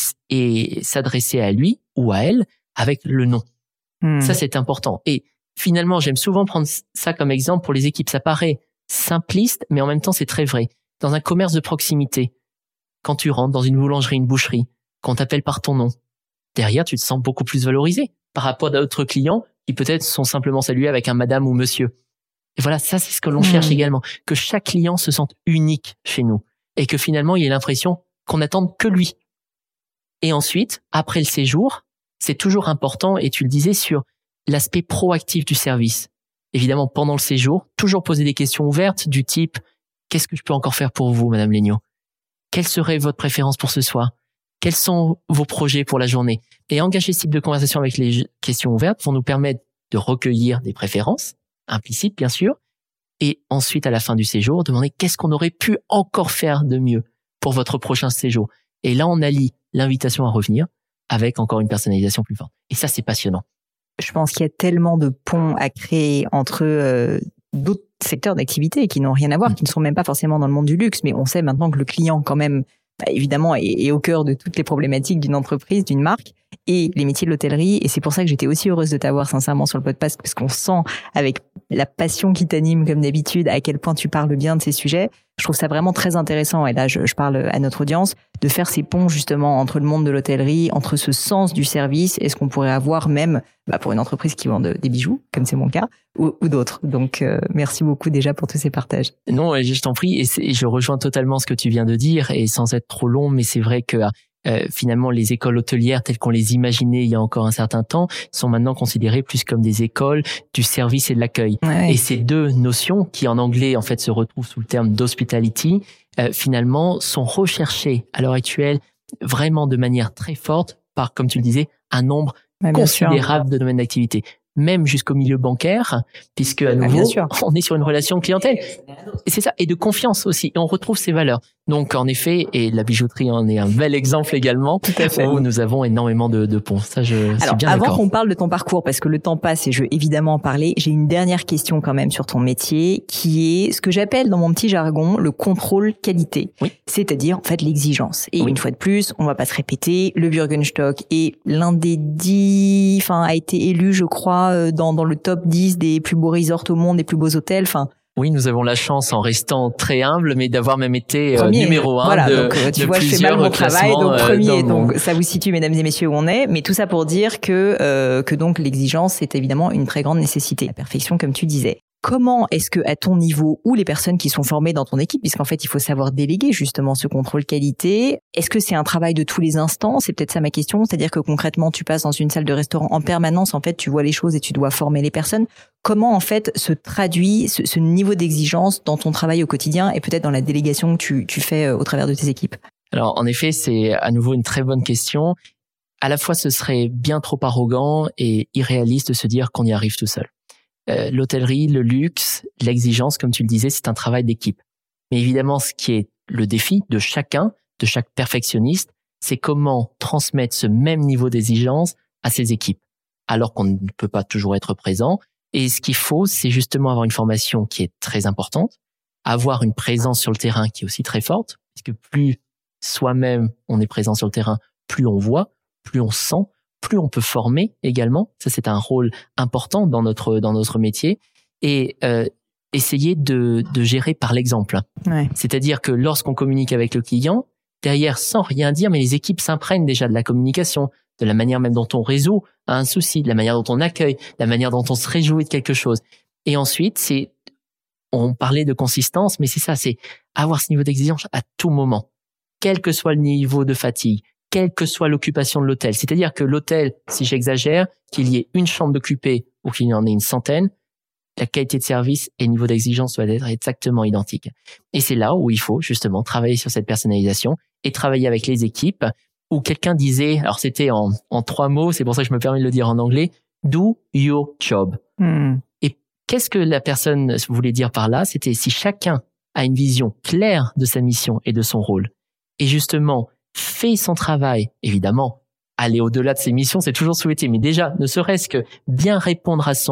et s'adresser à lui ou à elle avec le nom. Ça, c'est important. Et finalement, j'aime souvent prendre ça comme exemple pour les équipes. Ça paraît simpliste, mais en même temps, c'est très vrai. Dans un commerce de proximité, quand tu rentres dans une boulangerie, une boucherie, qu'on t'appelle par ton nom, derrière, tu te sens beaucoup plus valorisé par rapport à d'autres clients qui peut-être sont simplement salués avec un madame ou monsieur. Et voilà, ça, c'est ce que l'on cherche également. Que chaque client se sente unique chez nous et que finalement, il ait l'impression qu'on n'attende que lui. Et ensuite, après le séjour, c'est toujours important, et tu le disais, sur l'aspect proactif du service. Évidemment, pendant le séjour, toujours poser des questions ouvertes du type « Qu'est-ce que je peux encore faire pour vous, Madame Legnaud ? Quelle serait votre préférence pour ce soir ? Quels sont vos projets pour la journée ?» Et engager ce type de conversation avec les questions ouvertes vont nous permettre de recueillir des préférences, implicites bien sûr, et ensuite à la fin du séjour, demander qu'est-ce qu'on aurait pu encore faire de mieux pour votre prochain séjour. Et là, on allie l'invitation à revenir avec encore une personnalisation plus forte. Et ça, c'est passionnant. Je pense qu'il y a tellement de ponts à créer entre d'autres secteurs d'activité qui n'ont rien à voir, qui ne sont même pas forcément dans le monde du luxe, mais on sait maintenant que le client, quand même, évidemment, est au cœur de toutes les problématiques d'une entreprise, d'une marque. et les métiers de l'hôtellerie. Et c'est pour ça que j'étais aussi heureuse de t'avoir sincèrement sur le podcast, parce qu'on sent avec la passion qui t'anime comme d'habitude à quel point tu parles bien de ces sujets. Je trouve ça vraiment très intéressant, et là je parle à notre audience, de faire ces ponts justement entre le monde de l'hôtellerie, entre ce sens du service et ce qu'on pourrait avoir même pour une entreprise qui vend des bijoux, comme c'est mon cas, ou d'autres. Donc merci beaucoup déjà pour tous ces partages. Non, je t'en prie, et je rejoins totalement ce que tu viens de dire, et sans être trop long, mais c'est vrai que finalement les écoles hôtelières telles qu'on les imaginait il y a encore un certain temps sont maintenant considérées plus comme des écoles du service et de l'accueil. Ouais. Et ces deux notions qui en anglais en fait se retrouvent sous le terme d'hospitality finalement sont recherchées à l'heure actuelle vraiment de manière très forte par, comme tu le disais, un nombre considérable de domaines d'activité, même jusqu'au milieu bancaire, puisque à nouveau, on est sur une relation clientèle. Et c'est ça, et de confiance aussi. Et on retrouve ces valeurs. Donc, en effet, et la bijouterie en est un bel exemple également, tout à fait, où nous avons énormément de ponts. Ça, je suis bien d'accord. Avant qu'on parle de ton parcours, parce que le temps passe et je veux évidemment en parler, j'ai une dernière question quand même sur ton métier, qui est ce que j'appelle dans mon petit jargon le contrôle qualité. Oui. C'est-à-dire, en fait, l'exigence. Et une fois de plus, on va pas se répéter, le Bürgenstock est l'un des 10, a été élu, je crois, dans le top 10 des plus beaux resorts au monde, des plus beaux hôtels, Oui, nous avons la chance, en restant très humble, mais d'avoir même été numéro 1 voilà, de donc, tu de vois, je fais mal mon travail, donc premier, donc ça vous situe, mesdames et messieurs, où on est. Mais tout ça pour dire que donc l'exigence, c'est évidemment une très grande nécessité. La perfection, comme tu disais. Comment est-ce que, à ton niveau, ou les personnes qui sont formées dans ton équipe, puisqu'en fait, il faut savoir déléguer justement ce contrôle qualité, est-ce que c'est un travail de tous les instants? C'est peut-être ça ma question. C'est-à-dire que concrètement, tu passes dans une salle de restaurant en permanence, en fait, tu vois les choses et tu dois former les personnes. Comment, en fait, se traduit ce niveau d'exigence dans ton travail au quotidien et peut-être dans la délégation que tu fais au travers de tes équipes? Alors, en effet, c'est à nouveau une très bonne question. À la fois, ce serait bien trop arrogant et irréaliste de se dire qu'on y arrive tout seul. L'hôtellerie, le luxe, l'exigence, comme tu le disais, c'est un travail d'équipe. Mais évidemment, ce qui est le défi de chacun, de chaque perfectionniste, c'est comment transmettre ce même niveau d'exigence à ses équipes, alors qu'on ne peut pas toujours être présent. Et ce qu'il faut, c'est justement avoir une formation qui est très importante, avoir une présence sur le terrain qui est aussi très forte, puisque plus soi-même on est présent sur le terrain, plus on voit, plus on sent, plus on peut former également. Ça, c'est un rôle important dans notre métier. Et essayer de gérer par l'exemple. Ouais. C'est-à-dire que lorsqu'on communique avec le client, derrière, sans rien dire, mais les équipes s'imprègnent déjà de la communication, de la manière même dont on résout un souci, de la manière dont on accueille, de la manière dont on se réjouit de quelque chose. Et ensuite, on parlait de consistance, mais c'est ça, c'est avoir ce niveau d'exigence à tout moment, quel que soit le niveau de fatigue, quelle que soit l'occupation de l'hôtel. C'est-à-dire que l'hôtel, si j'exagère, qu'il y ait une chambre d'occupée ou qu'il y en ait une centaine, la qualité de service et le niveau d'exigence doivent être exactement identiques. Et c'est là où il faut justement travailler sur cette personnalisation et travailler avec les équipes, où quelqu'un disait, alors c'était en 3 mots, c'est pour ça que je me permets de le dire en anglais, do your job. Et qu'est-ce que la personne voulait dire par là? C'était si chacun a une vision claire de sa mission et de son rôle, et justement fait son travail, évidemment, aller au-delà de ses missions, c'est toujours souhaité, mais déjà, ne serait-ce que bien répondre à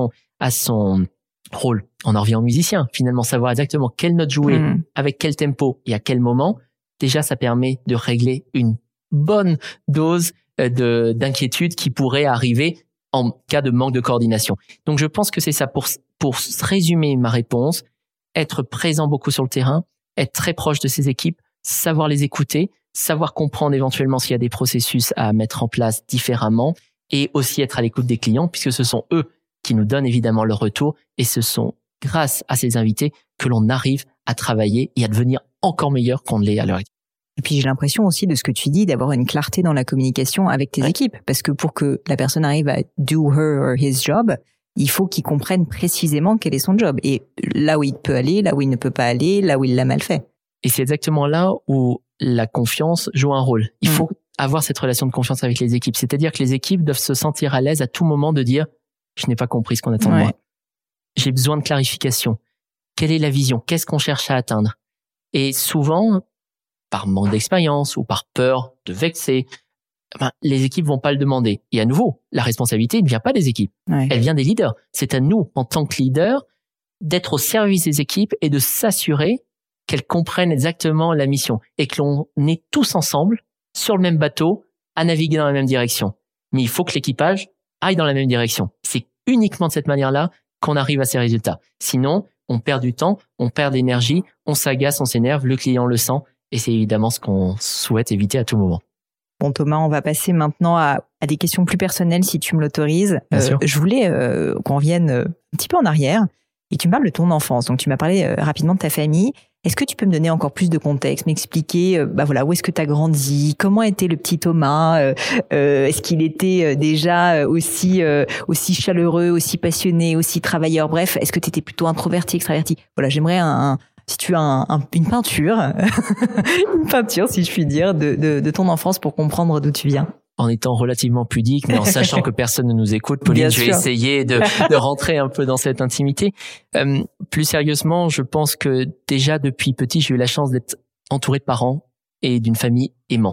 son rôle. On en revient aux musiciens, finalement, savoir exactement quelle note jouer, avec quel tempo et à quel moment, déjà, ça permet de régler une bonne dose d'inquiétude qui pourrait arriver en cas de manque de coordination. Donc, je pense que c'est ça. Pour résumer ma réponse, être présent beaucoup sur le terrain, être très proche de ses équipes, savoir les écouter, savoir comprendre éventuellement s'il y a des processus à mettre en place différemment et aussi être à l'écoute des clients puisque ce sont eux qui nous donnent évidemment leur retour et ce sont grâce à ces invités que l'on arrive à travailler et à devenir encore meilleur qu'on ne l'est à l'heure actuelle. Et puis j'ai l'impression aussi de ce que tu dis d'avoir une clarté dans la communication avec tes équipes parce que pour que la personne arrive à do her or his job, il faut qu'il comprenne précisément quel est son job et là où il peut aller, là où il ne peut pas aller, là où il l'a mal fait. Et c'est exactement là où la confiance joue un rôle. Il faut avoir cette relation de confiance avec les équipes. C'est-à-dire que les équipes doivent se sentir à l'aise à tout moment de dire « je n'ai pas compris ce qu'on attend de moi. J'ai besoin de clarification. Quelle est la vision? Qu'est-ce qu'on cherche à atteindre ?» Et souvent, par manque d'expérience ou par peur de vexer, les équipes vont pas le demander. Et à nouveau, la responsabilité ne vient pas des équipes. Elle vient des leaders. C'est à nous, en tant que leaders, d'être au service des équipes et de s'assurer qu'elles comprennent exactement la mission et que l'on est tous ensemble sur le même bateau à naviguer dans la même direction. mais il faut que l'équipage aille dans la même direction. C'est uniquement de cette manière-là qu'on arrive à ces résultats. Sinon, on perd du temps, on perd d'énergie, on s'agace, on s'énerve, le client le sent, et c'est évidemment ce qu'on souhaite éviter à tout moment. Bon Thomas, on va passer maintenant à des questions plus personnelles si tu me l'autorises. Bien sûr. Je voulais qu'on revienne un petit peu en arrière et tu me parles de ton enfance. Donc tu m'as parlé rapidement de ta famille. Est-ce que tu peux me donner encore plus de contexte, m'expliquer où est-ce que tu as grandi, comment était le petit Thomas, est-ce qu'il était déjà aussi chaleureux, aussi passionné, aussi travailleur, bref, est-ce que tu étais plutôt introverti, extraverti? Voilà, j'aimerais si tu as une peinture, une peinture si je puis dire, de ton enfance pour comprendre d'où tu viens. En étant relativement pudique, mais en sachant que personne ne nous écoute, Pauline, Bien je vais sûr. essayer de rentrer un peu dans cette intimité. Plus sérieusement, je pense que déjà depuis petit, j'ai eu la chance d'être entouré de parents et d'une famille aimante.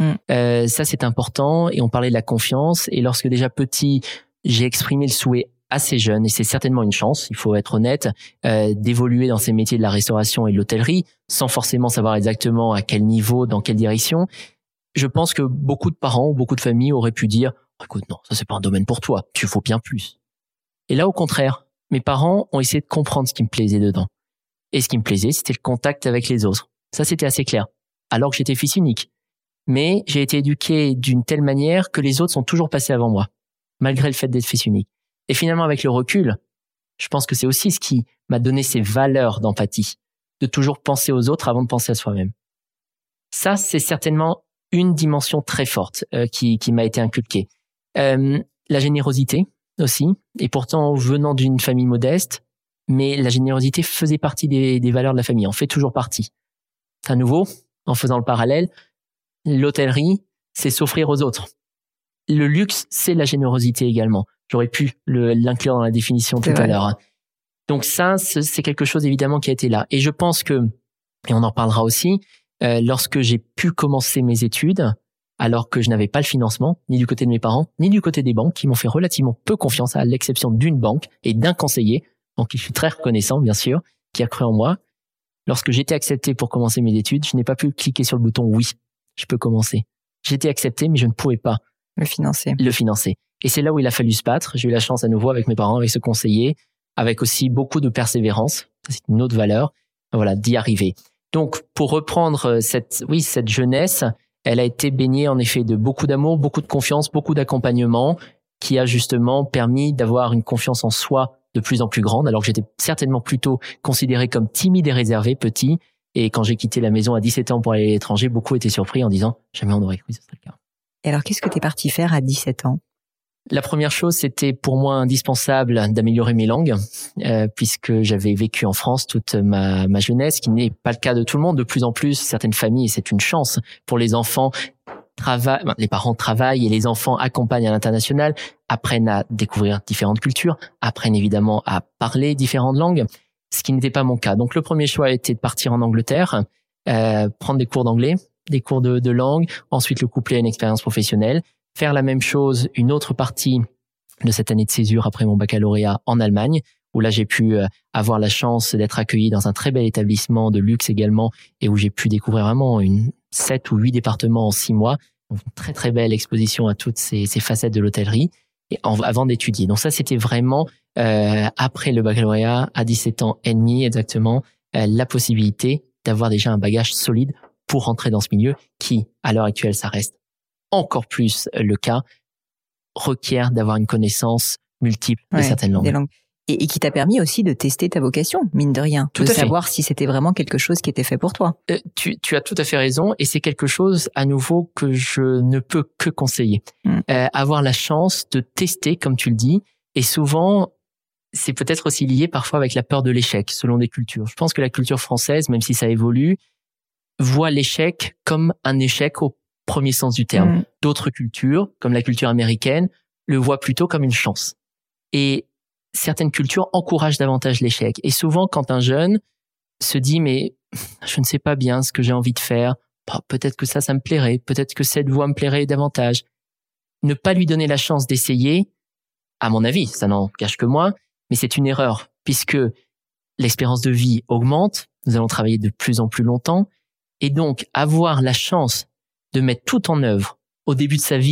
Ça, c'est important. Et on parlait de la confiance. Et lorsque déjà petit, j'ai exprimé le souhait assez jeune, et c'est certainement une chance, il faut être honnête, d'évoluer dans ces métiers de la restauration et de l'hôtellerie, sans forcément savoir exactement à quel niveau, dans quelle direction. Je pense que beaucoup de parents, beaucoup de familles auraient pu dire « Écoute, non, ça c'est pas un domaine pour toi, tu vaux bien plus. » Et là, au contraire, mes parents ont essayé de comprendre ce qui me plaisait dedans. Et ce qui me plaisait, c'était le contact avec les autres. Ça, c'était assez clair. Alors que j'étais fils unique. Mais j'ai été éduqué d'une telle manière que les autres sont toujours passés avant moi, malgré le fait d'être fils unique. Et finalement, avec le recul, je pense que c'est aussi ce qui m'a donné ces valeurs d'empathie, de toujours penser aux autres avant de penser à soi-même. Ça, c'est certainement une dimension très forte qui m'a été inculquée. La générosité aussi, et pourtant venant d'une famille modeste, mais la générosité faisait partie des valeurs de la famille, en fait toujours partie. À nouveau, en faisant le parallèle, l'hôtellerie, c'est s'offrir aux autres. Le luxe, c'est la générosité également. J'aurais pu l'inclure dans la définition tout à l'heure. Donc ça, c'est quelque chose évidemment qui a été là. Et je pense que, et on en parlera aussi, lorsque j'ai pu commencer mes études, alors que je n'avais pas le financement, ni du côté de mes parents, ni du côté des banques, qui m'ont fait relativement peu confiance, à l'exception d'une banque et d'un conseiller, donc je suis très reconnaissant, bien sûr, qui a cru en moi. Lorsque j'étais accepté pour commencer mes études, je n'ai pas pu cliquer sur le bouton « Oui, je peux commencer ». J'étais accepté, mais je ne pouvais pas le financer. Et c'est là où il a fallu se battre. J'ai eu la chance à nouveau avec mes parents, avec ce conseiller, avec aussi beaucoup de persévérance, c'est une autre valeur, voilà, d'y arriver. Donc, pour reprendre cette jeunesse, elle a été baignée en effet de beaucoup d'amour, beaucoup de confiance, beaucoup d'accompagnement, qui a justement permis d'avoir une confiance en soi de plus en plus grande, alors que j'étais certainement plutôt considéré comme timide et réservé, petit. Et quand j'ai quitté la maison à 17 ans pour aller à l'étranger, beaucoup étaient surpris en disant « Jamais on aurait cru que ce serait le cas ». Et alors, qu'est-ce que tu es parti faire à 17 ans ? La première chose, c'était pour moi indispensable d'améliorer mes langues, puisque j'avais vécu en France toute ma jeunesse, qui n'est pas le cas de tout le monde. De plus en plus, certaines familles, et c'est une chance pour les enfants, les parents travaillent et les enfants accompagnent à l'international, apprennent à découvrir différentes cultures, apprennent évidemment à parler différentes langues, ce qui n'était pas mon cas. Donc le premier choix a été de partir en Angleterre, prendre des cours d'anglais, des cours de langue, ensuite le coupler à une expérience professionnelle, faire la même chose, une autre partie de cette année de césure après mon baccalauréat en Allemagne, où là j'ai pu avoir la chance d'être accueilli dans un très bel établissement de luxe également, et où j'ai pu découvrir vraiment 7 ou 8 départements en 6 mois. Donc une très très belle exposition à toutes ces facettes de l'hôtellerie avant d'étudier. Donc ça c'était vraiment après le baccalauréat, à 17 ans et demi exactement, la possibilité d'avoir déjà un bagage solide pour rentrer dans ce milieu qui, à l'heure actuelle, ça reste encore plus le cas, requiert d'avoir une connaissance multiple de certaines langues. Des langues. Et qui t'a permis aussi de tester ta vocation, mine de rien, de savoir si c'était vraiment quelque chose qui était fait pour toi. Tu as tout à fait raison, et c'est quelque chose à nouveau que je ne peux que conseiller. Avoir la chance de tester, comme tu le dis, et souvent c'est peut-être aussi lié parfois avec la peur de l'échec, selon des cultures. Je pense que la culture française, même si ça évolue, voit l'échec comme un échec au premier sens du terme. D'autres cultures, comme la culture américaine, le voient plutôt comme une chance. Et certaines cultures encouragent davantage l'échec. Et souvent, quand un jeune se dit « mais je ne sais pas bien ce que j'ai envie de faire, peut-être que ça me plairait, peut-être que cette voie me plairait davantage », ne pas lui donner la chance d'essayer, à mon avis, ça n'en cache que moi, mais c'est une erreur, puisque l'espérance de vie augmente, nous allons travailler de plus en plus longtemps, et donc avoir la chance de mettre tout en œuvre au début de sa vie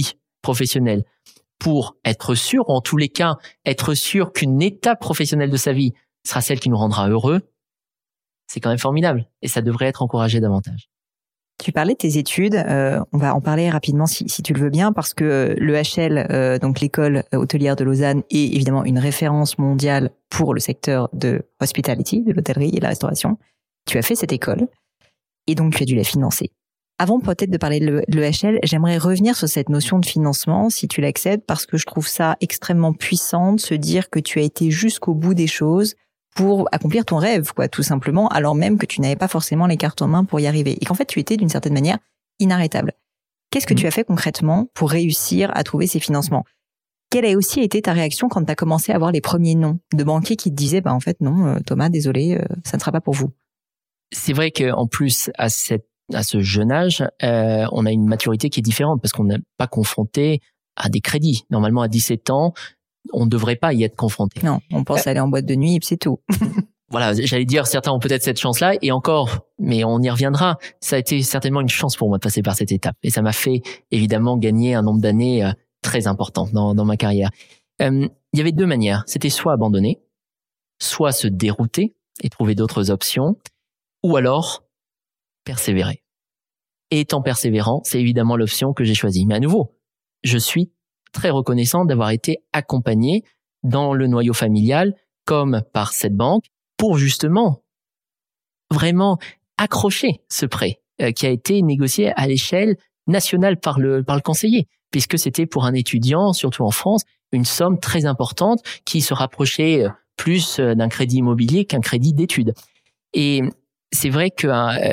professionnelle pour être sûr, en tous les cas, être sûr qu'une étape professionnelle de sa vie sera celle qui nous rendra heureux, c'est quand même formidable et ça devrait être encouragé davantage. Tu parlais de tes études, on va en parler rapidement si tu le veux bien, parce que l'EHL, donc l'école hôtelière de Lausanne, est évidemment une référence mondiale pour le secteur de hospitality, de l'hôtellerie et de la restauration. Tu as fait cette école et donc tu as dû la financer. Avant peut-être de parler de l'EHL, j'aimerais revenir sur cette notion de financement, si tu l'acceptes, parce que je trouve ça extrêmement puissant de se dire que tu as été jusqu'au bout des choses pour accomplir ton rêve, quoi, tout simplement, alors même que tu n'avais pas forcément les cartes en main pour y arriver. Et qu'en fait, tu étais d'une certaine manière inarrêtable. Qu'est-ce que tu as fait concrètement pour réussir à trouver ces financements? Quelle a aussi été ta réaction quand tu as commencé à avoir les premiers noms de banquiers qui te disaient, en fait, non, Thomas, désolé, ça ne sera pas pour vous? C'est vrai qu'en plus, à ce jeune âge, on a une maturité qui est différente parce qu'on n'est pas confronté à des crédits. Normalement, à 17 ans, on ne devrait pas y être confronté. Non, on pense aller en boîte de nuit et puis c'est tout. Voilà, j'allais dire, certains ont peut-être cette chance-là, et encore, mais on y reviendra. Ça a été certainement une chance pour moi de passer par cette étape. Et ça m'a fait, évidemment, gagner un nombre d'années très important dans ma carrière. Il y avait deux manières. C'était soit abandonner, soit se dérouter et trouver d'autres options, ou alors persévérer. Et étant persévérant, c'est évidemment l'option que j'ai choisie. Mais à nouveau, je suis très reconnaissant d'avoir été accompagné dans le noyau familial comme par cette banque pour justement vraiment accrocher ce prêt qui a été négocié à l'échelle nationale par le conseiller, puisque c'était pour un étudiant, surtout en France, une somme très importante qui se rapprochait plus d'un crédit immobilier qu'un crédit d'études. Et c'est vrai que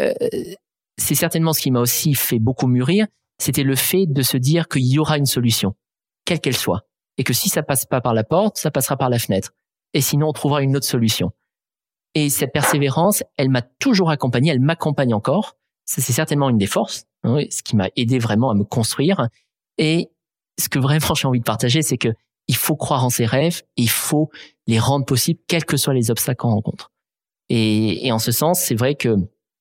c'est certainement ce qui m'a aussi fait beaucoup mûrir, c'était le fait de se dire qu'il y aura une solution, quelle qu'elle soit, et que si ça passe pas par la porte, ça passera par la fenêtre. Et sinon, on trouvera une autre solution. Et cette persévérance, elle m'a toujours accompagné, elle m'accompagne encore. Ça, c'est certainement une des forces, hein, ce qui m'a aidé vraiment à me construire. Et ce que vraiment j'ai envie de partager, c'est que il faut croire en ses rêves, il faut les rendre possibles, quels que soient les obstacles qu'on rencontre. Et en ce sens, c'est vrai que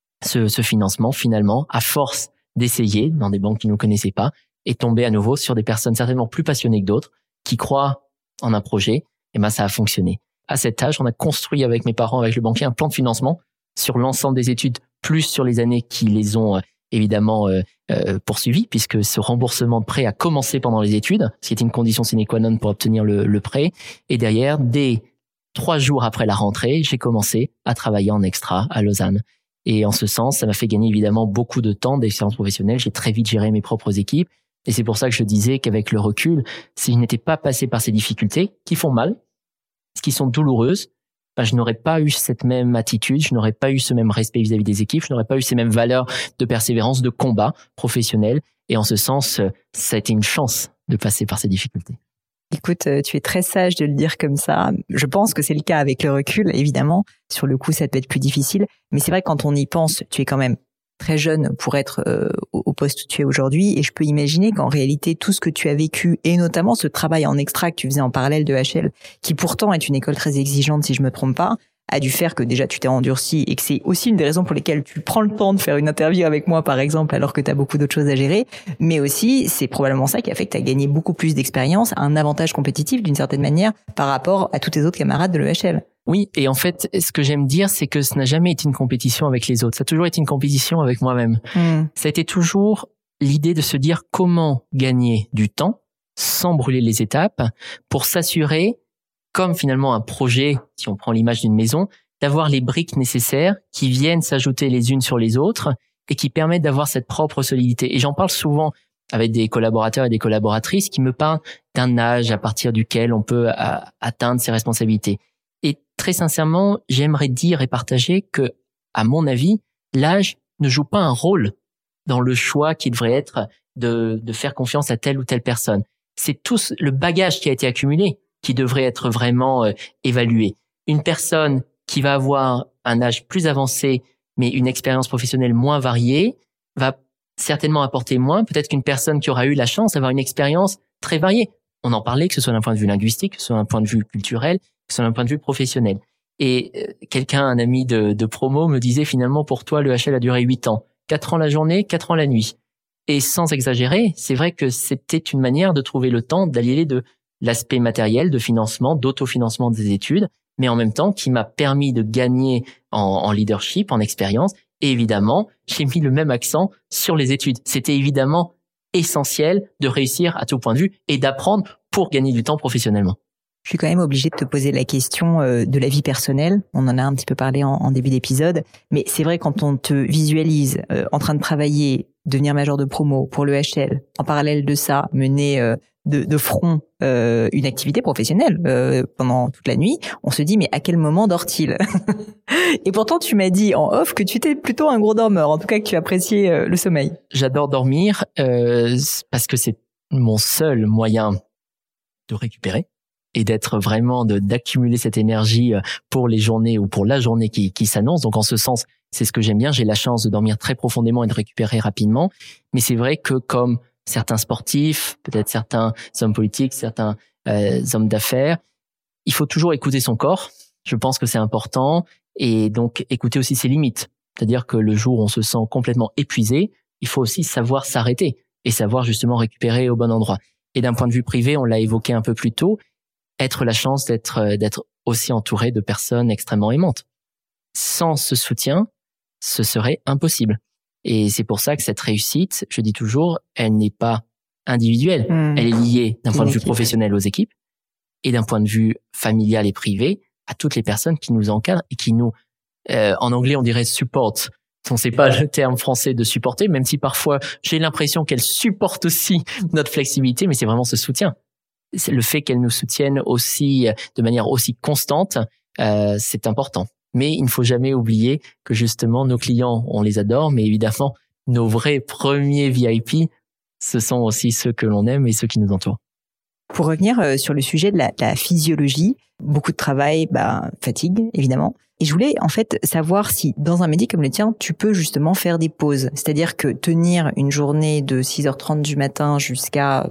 ce financement, finalement, à force d'essayer dans des banques qui ne nous connaissaient pas, est tombé à nouveau sur des personnes certainement plus passionnées que d'autres, qui croient en un projet, et ça a fonctionné. À cet âge, on a construit avec mes parents, avec le banquier, un plan de financement sur l'ensemble des études, plus sur les années qui les ont évidemment poursuivies, puisque ce remboursement de prêt a commencé pendant les études, ce qui était une condition sine qua non pour obtenir le prêt. Et derrière, dès 3 jours après la rentrée, j'ai commencé à travailler en extra à Lausanne. Et en ce sens, ça m'a fait gagner évidemment beaucoup de temps d'expérience professionnelle. J'ai très vite géré mes propres équipes. Et c'est pour ça que je disais qu'avec le recul, si je n'étais pas passé par ces difficultés qui font mal, qui sont douloureuses, je n'aurais pas eu cette même attitude, je n'aurais pas eu ce même respect vis-à-vis des équipes, je n'aurais pas eu ces mêmes valeurs de persévérance, de combat professionnel. Et en ce sens, ça a été une chance de passer par ces difficultés. Écoute, tu es très sage de le dire comme ça. Je pense que c'est le cas avec le recul, évidemment. Sur le coup, ça peut être plus difficile. Mais c'est vrai que quand on y pense, tu es quand même très jeune pour être au poste où tu es aujourd'hui. Et je peux imaginer qu'en réalité, tout ce que tu as vécu, et notamment ce travail en extra que tu faisais en parallèle de HL, qui pourtant est une école très exigeante, si je me trompe pas, a dû faire que déjà tu t'es endurci et que c'est aussi une des raisons pour lesquelles tu prends le temps de faire une interview avec moi, par exemple, alors que tu as beaucoup d'autres choses à gérer. Mais aussi, c'est probablement ça qui a fait que tu as gagné beaucoup plus d'expérience, un avantage compétitif d'une certaine manière par rapport à tous tes autres camarades de l'EHL. Oui, et en fait, ce que j'aime dire, c'est que ce n'a jamais été une compétition avec les autres. Ça a toujours été une compétition avec moi-même. Ça a été toujours l'idée de se dire comment gagner du temps sans brûler les étapes pour s'assurer, comme finalement un projet, si on prend l'image d'une maison, d'avoir les briques nécessaires qui viennent s'ajouter les unes sur les autres et qui permettent d'avoir cette propre solidité. Et j'en parle souvent avec des collaborateurs et des collaboratrices qui me parlent d'un âge à partir duquel on peut atteindre ses responsabilités. Et très sincèrement, j'aimerais dire et partager que, à mon avis, l'âge ne joue pas un rôle dans le choix qui devrait être de faire confiance à telle ou telle personne. C'est tout le bagage qui a été accumulé qui devrait être vraiment évalué. Une personne qui va avoir un âge plus avancé, mais une expérience professionnelle moins variée, va certainement apporter moins, peut-être qu'une personne qui aura eu la chance d'avoir une expérience très variée. On en parlait, que ce soit d'un point de vue linguistique, que ce soit d'un point de vue culturel, que ce soit d'un point de vue professionnel. Et quelqu'un, un ami de promo, me disait finalement, pour toi, le HL a duré 8 ans. 4 ans la journée, 4 ans la nuit. Et sans exagérer, c'est vrai que c'était une manière de trouver le temps d'allier de l'aspect matériel, de financement, d'autofinancement des études, mais en même temps qui m'a permis de gagner en leadership, en expérience. Et évidemment, j'ai mis le même accent sur les études. C'était évidemment essentiel de réussir à tout point de vue et d'apprendre pour gagner du temps professionnellement. Je suis quand même obligée de te poser la question de la vie personnelle. On en a un petit peu parlé en début d'épisode, mais c'est vrai quand on te visualise en train de travailler, devenir major de promo pour le HL, en parallèle de ça, mener de front une activité professionnelle pendant toute la nuit, on se dit mais à quel moment dort-il? Et pourtant tu m'as dit en off que tu étais plutôt un gros dormeur, en tout cas que tu appréciais le sommeil. J'adore dormir parce que c'est mon seul moyen de récupérer et d'être vraiment d'accumuler cette énergie pour les journées ou pour la journée qui s'annonce. Donc en ce sens, c'est ce que j'aime bien. J'ai la chance de dormir très profondément et de récupérer rapidement. Mais c'est vrai que comme certains sportifs, peut-être certains hommes politiques, certains hommes d'affaires, il faut toujours écouter son corps. Je pense que c'est important et donc écouter aussi ses limites. C'est-à-dire que le jour où on se sent complètement épuisé, il faut aussi savoir s'arrêter et savoir justement récupérer au bon endroit. Et d'un point de vue privé, on l'a évoqué un peu plus tôt, être la chance d'être aussi entouré de personnes extrêmement aimantes. Sans ce soutien, ce serait impossible. Et c'est pour ça que cette réussite, je dis toujours, elle n'est pas individuelle. Elle est liée d'un point de vue professionnel aux équipes et d'un point de vue familial et privé à toutes les personnes qui nous encadrent et qui nous, en anglais on dirait support. On ne sait pas le terme français de supporter, même si parfois j'ai l'impression qu'elle supporte aussi notre flexibilité, mais c'est vraiment ce soutien. C'est le fait qu'elles nous soutiennent aussi de manière aussi constante, c'est important. Mais il ne faut jamais oublier que justement nos clients, on les adore, mais évidemment nos vrais premiers VIP, ce sont aussi ceux que l'on aime et ceux qui nous entourent. Pour revenir sur le sujet de la physiologie, beaucoup de travail, fatigue évidemment. Et je voulais en fait savoir si dans un métier comme le tien, tu peux justement faire des pauses. C'est-à-dire que tenir une journée de 6h30 du matin jusqu'à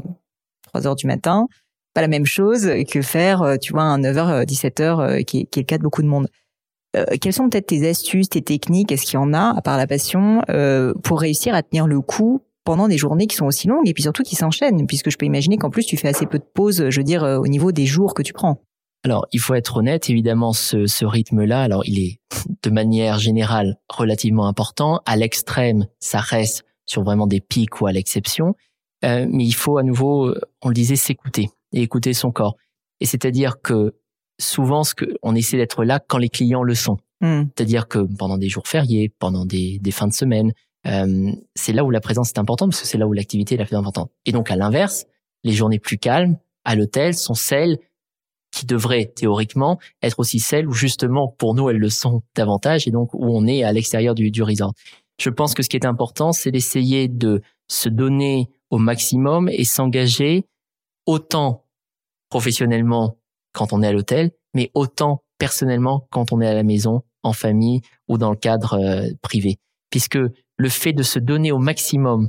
3h du matin, pas la même chose que faire, tu vois, un 9h, 17h, qui est le cas de beaucoup de monde. Quelles sont peut-être tes astuces, tes techniques, est-ce qu'il y en a, à part la passion, pour réussir à tenir le coup pendant des journées qui sont aussi longues et puis surtout qui s'enchaînent, puisque je peux imaginer qu'en plus tu fais assez peu de pauses, je veux dire, au niveau des jours que tu prends. Alors, il faut être honnête, évidemment, ce rythme-là, alors il est de manière générale relativement important. À l'extrême, ça reste sur vraiment des pics ou à l'exception. Mais il faut à nouveau, on le disait, s'écouter et écouter son corps. Et c'est-à-dire que souvent, on essaie d'être là quand les clients le sont. C'est-à-dire que pendant des jours fériés, pendant des fins de semaine, c'est là où la présence est importante parce que c'est là où l'activité est la plus importante. Et donc, à l'inverse, les journées plus calmes à l'hôtel sont celles qui devraient théoriquement être aussi celles où justement pour nous elles le sont davantage et donc où on est à l'extérieur du resort. Je pense que ce qui est important, c'est d'essayer de se donner au maximum et s'engager autant professionnellement quand on est à l'hôtel, mais autant personnellement quand on est à la maison, en famille ou dans le cadre privé. Puisque le fait de se donner au maximum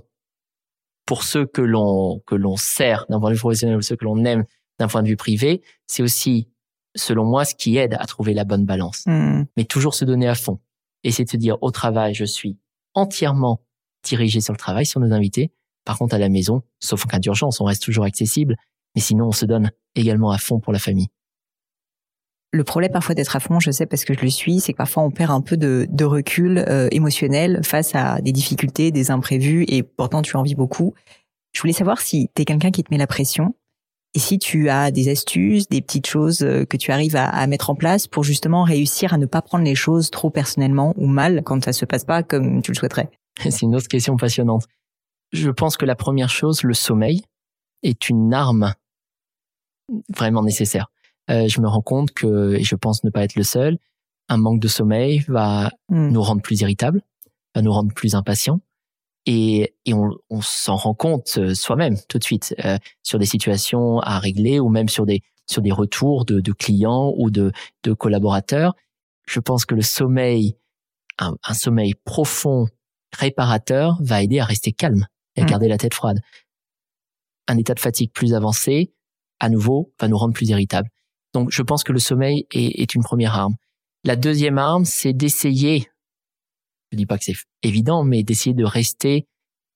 pour ceux que l'on sert d'un point de vue professionnel ou ceux que l'on aime d'un point de vue privé, c'est aussi, selon moi, ce qui aide à trouver la bonne balance. Mais toujours se donner à fond. Et c'est de se dire, au travail, je suis entièrement dirigé sur le travail, sur nos invités. Par contre, à la maison, sauf en cas d'urgence, on reste toujours accessible. Mais sinon, on se donne également à fond pour la famille. Le problème parfois d'être à fond, je sais parce que je le suis, c'est que parfois on perd un peu de recul émotionnel face à des difficultés, des imprévus, et pourtant tu en vis beaucoup. Je voulais savoir si t'es quelqu'un qui te met la pression, et si tu as des astuces, des petites choses que tu arrives à mettre en place pour justement réussir à ne pas prendre les choses trop personnellement ou mal quand ça se passe pas comme tu le souhaiterais. C'est une autre question passionnante. Je pense que la première chose, le sommeil, est une arme vraiment nécessaire. Je me rends compte que, et je pense ne pas être le seul, un manque de sommeil va nous rendre plus irritables, va nous rendre plus impatients. Et on s'en rend compte soi-même tout de suite sur des situations à régler ou même sur des retours de clients ou de collaborateurs. Je pense que le sommeil, un sommeil profond, réparateur, va aider à rester calme et à garder la tête froide. Un état de fatigue plus avancé, à nouveau, va nous rendre plus irritables. Donc, je pense que le sommeil est une première arme. La deuxième arme, c'est d'essayer, je dis pas que c'est évident, mais d'essayer de rester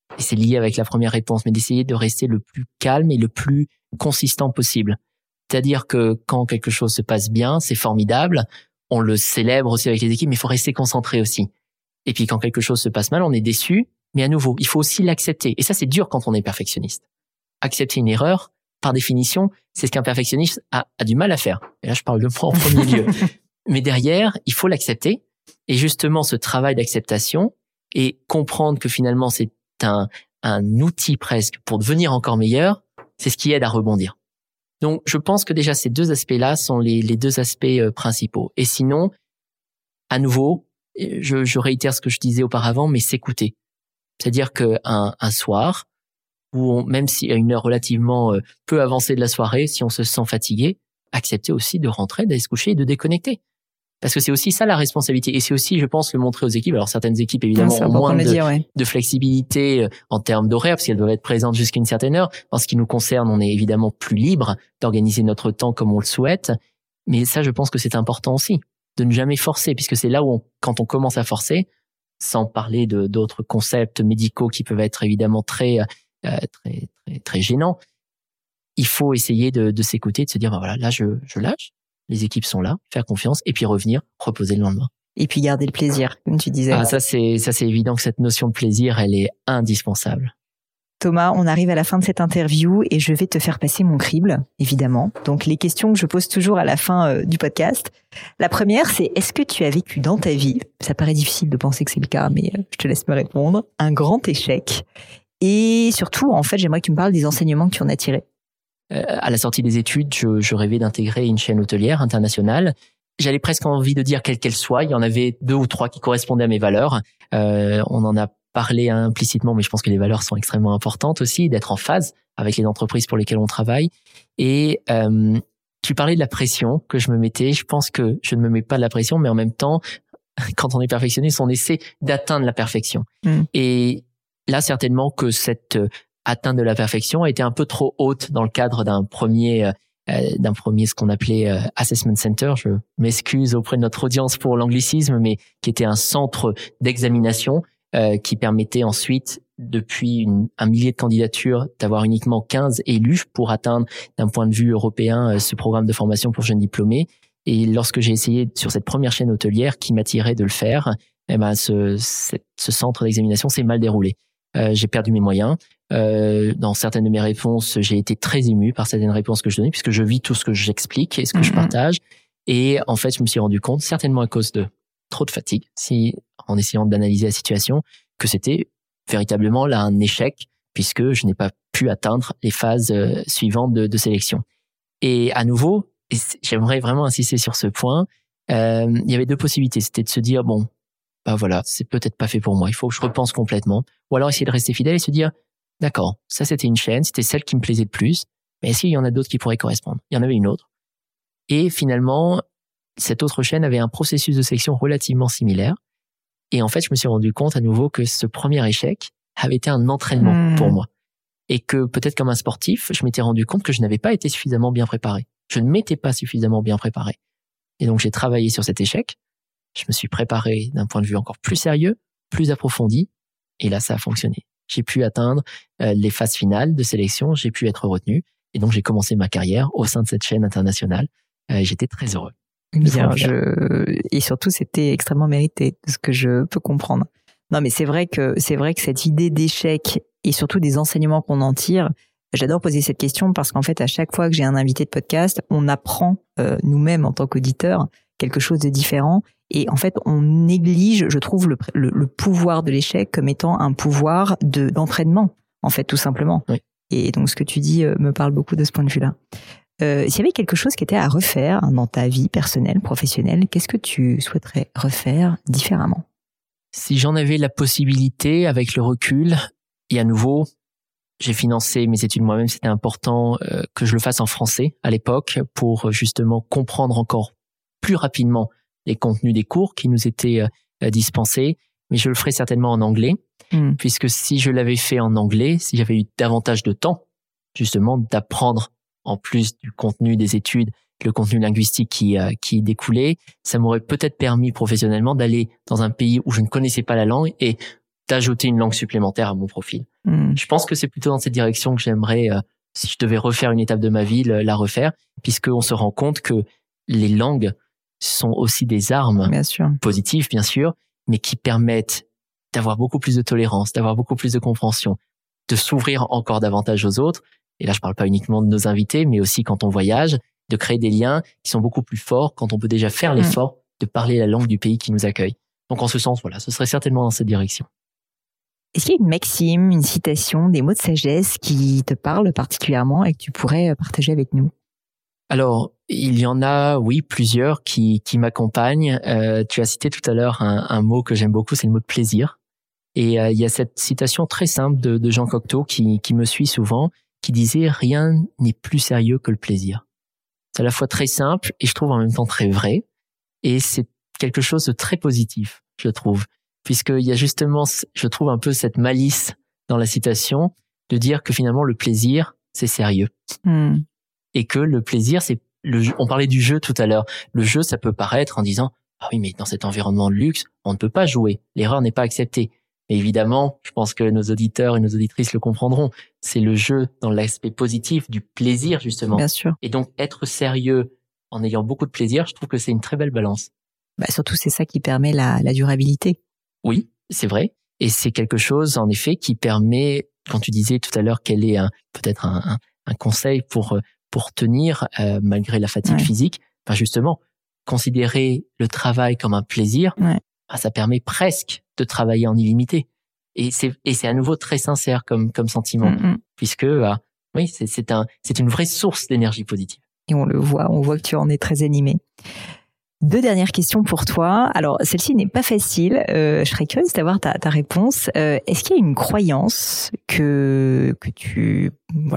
et c'est lié avec la première réponse, mais d'essayer de rester le plus calme et le plus consistant possible. C'est-à-dire que quand quelque chose se passe bien, c'est formidable, on le célèbre aussi avec les équipes, mais il faut rester concentré aussi. Et puis quand quelque chose se passe mal, on est déçu, mais à nouveau, il faut aussi l'accepter. Et ça, c'est dur quand on est perfectionniste. Accepter une erreur, par définition, c'est ce qu'un perfectionniste a du mal à faire. Et là, je parle de moi en premier lieu. Mais derrière, il faut l'accepter. Et justement, ce travail d'acceptation et comprendre que finalement, c'est un outil presque pour devenir encore meilleur, c'est ce qui aide à rebondir. Donc, je pense que déjà, ces deux aspects-là sont les deux aspects principaux. Et sinon, à nouveau, je réitère ce que je disais auparavant, mais s'écouter. C'est-à-dire qu'un soir, où même s'il y a une heure relativement peu avancée de la soirée, si on se sent fatigué, accepter aussi de rentrer, d'aller se coucher et de déconnecter. Parce que c'est aussi ça la responsabilité. Et c'est aussi, je pense, le montrer aux équipes. Alors certaines équipes, évidemment, ont moins de flexibilité en termes d'horaire, parce qu'elles doivent être présentes jusqu'à une certaine heure. En ce qui nous concerne, on est évidemment plus libre d'organiser notre temps comme on le souhaite. Mais ça, je pense que c'est important aussi, de ne jamais forcer, puisque c'est là où, quand on commence à forcer, sans parler d'autres concepts médicaux qui peuvent être évidemment très gênants, il faut essayer de s'écouter, de se dire, ben voilà, là, je lâche. Les équipes sont là, faire confiance et puis revenir, reposer le lendemain. Et puis garder le plaisir, comme tu disais. Ah, ça c'est évident que cette notion de plaisir, elle est indispensable. Thomas, on arrive à la fin de cette interview et je vais te faire passer mon crible, évidemment. Donc les questions que je pose toujours à la fin du podcast. La première, c'est est-ce que tu as vécu dans ta vie, ça paraît difficile de penser que c'est le cas, mais je te laisse me répondre, un grand échec? Et surtout, en fait, j'aimerais que tu me parles des enseignements que tu en as tirés. À la sortie des études, je rêvais d'intégrer une chaîne hôtelière internationale. J'avais presque envie de dire quelle qu'elle soit. Il y en avait 2 ou 3 qui correspondaient à mes valeurs. On en a parlé implicitement, mais je pense que les valeurs sont extrêmement importantes aussi, d'être en phase avec les entreprises pour lesquelles on travaille. Et tu parlais de la pression que je me mettais. Je pense que je ne me mets pas de la pression, mais en même temps, quand on est perfectionniste, on essaie d'atteindre la perfection. Et là, certainement que cette atteinte de la perfection a été un peu trop haute dans le cadre d'un premier ce qu'on appelait Assessment Center. Je m'excuse auprès de notre audience pour l'anglicisme, mais qui était un centre d'examination qui permettait ensuite, depuis un millier de candidatures, d'avoir uniquement 15 élus pour atteindre, d'un point de vue européen, ce programme de formation pour jeunes diplômés. Et lorsque j'ai essayé sur cette première chaîne hôtelière qui m'attirait de le faire, ce centre d'examination s'est mal déroulé. J'ai perdu mes moyens. Dans certaines de mes réponses, j'ai été très ému par certaines réponses que je donnais, puisque je vis tout ce que j'explique et ce que je partage. Et en fait, je me suis rendu compte, certainement à cause de trop de fatigue, en essayant d'analyser la situation, que c'était véritablement là un échec, puisque je n'ai pas pu atteindre les phases suivantes de sélection. Et à nouveau, et j'aimerais vraiment insister sur ce point, il y avait 2 possibilités. C'était de se dire, bon, bah voilà, c'est peut-être pas fait pour moi, il faut que je repense complètement. Ou alors essayer de rester fidèle et se dire, d'accord, ça c'était une chaîne, c'était celle qui me plaisait le plus, mais est-ce qu'il y en a d'autres qui pourraient correspondre? Il y en avait une autre. Et finalement, cette autre chaîne avait un processus de sélection relativement similaire. Et en fait, je me suis rendu compte à nouveau que ce premier échec avait été un entraînement pour moi. Et que peut-être comme un sportif, je m'étais rendu compte que je n'avais pas été suffisamment bien préparé. Je ne m'étais pas suffisamment bien préparé. Et donc j'ai travaillé sur cet échec. Je me suis préparé d'un point de vue encore plus sérieux, plus approfondi. Et là, ça a fonctionné. J'ai pu atteindre les phases finales de sélection, j'ai pu être retenu. Et donc, j'ai commencé ma carrière au sein de cette chaîne internationale. J'étais très heureux. Bien, et surtout, c'était extrêmement mérité, de ce que je peux comprendre. Non, mais c'est vrai que cette idée d'échec et surtout des enseignements qu'on en tire, j'adore poser cette question parce qu'en fait, à chaque fois que j'ai un invité de podcast, on apprend nous-mêmes en tant qu'auditeurs quelque chose de différent. Et en fait, on néglige, je trouve, le pouvoir de l'échec comme étant un pouvoir d'entraînement, en fait, tout simplement. Oui. Et donc, ce que tu dis me parle beaucoup de ce point de vue-là. S'il y avait quelque chose qui était à refaire dans ta vie personnelle, professionnelle, qu'est-ce que tu souhaiterais refaire différemment? Si j'en avais la possibilité, avec le recul, et à nouveau, j'ai financé mes études moi-même, c'était important que je le fasse en français à l'époque pour justement comprendre encore plus rapidement les contenus des cours qui nous étaient dispensés, mais je le ferai certainement en anglais, puisque si je l'avais fait en anglais, si j'avais eu davantage de temps, justement, d'apprendre en plus du contenu des études, le contenu linguistique qui découlait, ça m'aurait peut-être permis professionnellement d'aller dans un pays où je ne connaissais pas la langue et d'ajouter une langue supplémentaire à mon profil. Je pense que c'est plutôt dans cette direction que j'aimerais, si je devais refaire une étape de ma vie, la refaire, puisqu'on se rend compte que les langues sont aussi des armes positives, bien sûr, mais qui permettent d'avoir beaucoup plus de tolérance, d'avoir beaucoup plus de compréhension, de s'ouvrir encore davantage aux autres. Et là, je parle pas uniquement de nos invités, mais aussi quand on voyage, de créer des liens qui sont beaucoup plus forts quand on peut déjà faire l'effort de parler la langue du pays qui nous accueille. Donc, en ce sens, voilà, ce serait certainement dans cette direction. Est-ce qu'il y a une maxime, une citation, des mots de sagesse qui te parlent particulièrement et que tu pourrais partager avec nous? Alors, il y en a, oui, plusieurs qui m'accompagnent. Tu as cité tout à l'heure un mot que j'aime beaucoup, c'est le mot de plaisir. Et il y a cette citation très simple de Jean Cocteau qui me suit souvent, qui disait « Rien n'est plus sérieux que le plaisir ». C'est à la fois très simple et je trouve en même temps très vrai. Et c'est quelque chose de très positif, je trouve. Puisqu'il y a justement, je trouve un peu cette malice dans la citation de dire que finalement le plaisir, c'est sérieux. Et que le plaisir, c'est on parlait du jeu tout à l'heure. Le jeu, ça peut paraître en disant « Ah oui, mais dans cet environnement de luxe, on ne peut pas jouer. L'erreur n'est pas acceptée. » Mais évidemment, je pense que nos auditeurs et nos auditrices le comprendront. C'est le jeu dans l'aspect positif du plaisir, justement. Bien sûr. Et donc, être sérieux en ayant beaucoup de plaisir, je trouve que c'est une très belle balance. Surtout, c'est ça qui permet la durabilité. Oui, c'est vrai. Et c'est quelque chose, en effet, qui permet, quand tu disais tout à l'heure quel est peut-être un conseil pour tenir malgré la fatigue physique, justement, considérer le travail comme un plaisir, ça permet presque de travailler en illimité. Et c'est à nouveau très sincère comme sentiment, puisque oui, c'est une vraie source d'énergie positive. Et on voit que tu en es très animé. 2 dernières questions pour toi. Alors, celle-ci n'est pas facile. Je serais curieuse d'avoir ta réponse. Est-ce qu'il y a une croyance que tu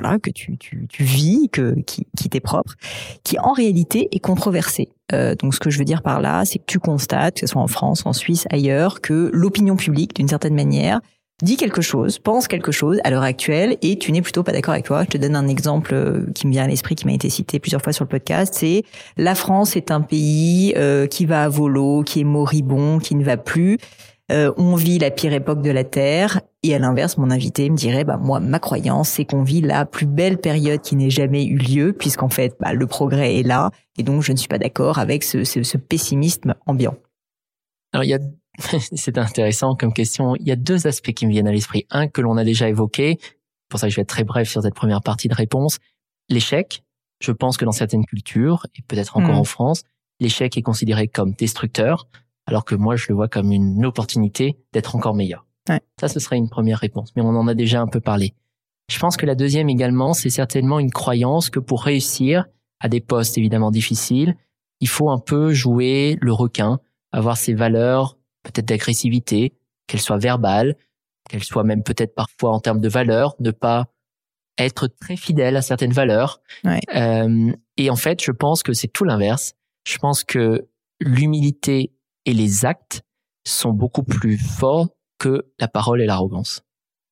vis, qui t'est propre, qui en réalité est controversée? Donc, ce que je veux dire par là, c'est que tu constates, que ce soit en France, en Suisse, ailleurs, que l'opinion publique, d'une certaine manière, dit quelque chose, pense quelque chose à l'heure actuelle et tu n'es plutôt pas d'accord avec toi. Je te donne un exemple qui me vient à l'esprit, qui m'a été cité plusieurs fois sur le podcast, c'est la France est un pays qui va à volo, qui est moribond, qui ne va plus. On vit la pire époque de la Terre et à l'inverse, mon invité me dirait moi, ma croyance, c'est qu'on vit la plus belle période qui n'ait jamais eu lieu puisqu'en fait, le progrès est là et donc je ne suis pas d'accord avec ce pessimisme ambiant. Alors, c'est intéressant comme question. Il y a 2 aspects qui me viennent à l'esprit. Un que l'on a déjà évoqué, c'est pour ça que je vais être très bref sur cette première partie de réponse. L'échec, je pense que dans certaines cultures, et peut-être encore en France, l'échec est considéré comme destructeur, alors que moi, je le vois comme une opportunité d'être encore meilleur. Ça, ce serait une première réponse, mais on en a déjà un peu parlé. Je pense que la deuxième également, c'est certainement une croyance que pour réussir à des postes évidemment difficiles, il faut un peu jouer le requin, avoir ses valeurs peut-être d'agressivité, qu'elle soit verbale, qu'elle soit même peut-être parfois en termes de valeurs, ne pas être très fidèle à certaines valeurs. Et en fait, je pense que c'est tout l'inverse. Je pense que l'humilité et les actes sont beaucoup plus forts que la parole et l'arrogance.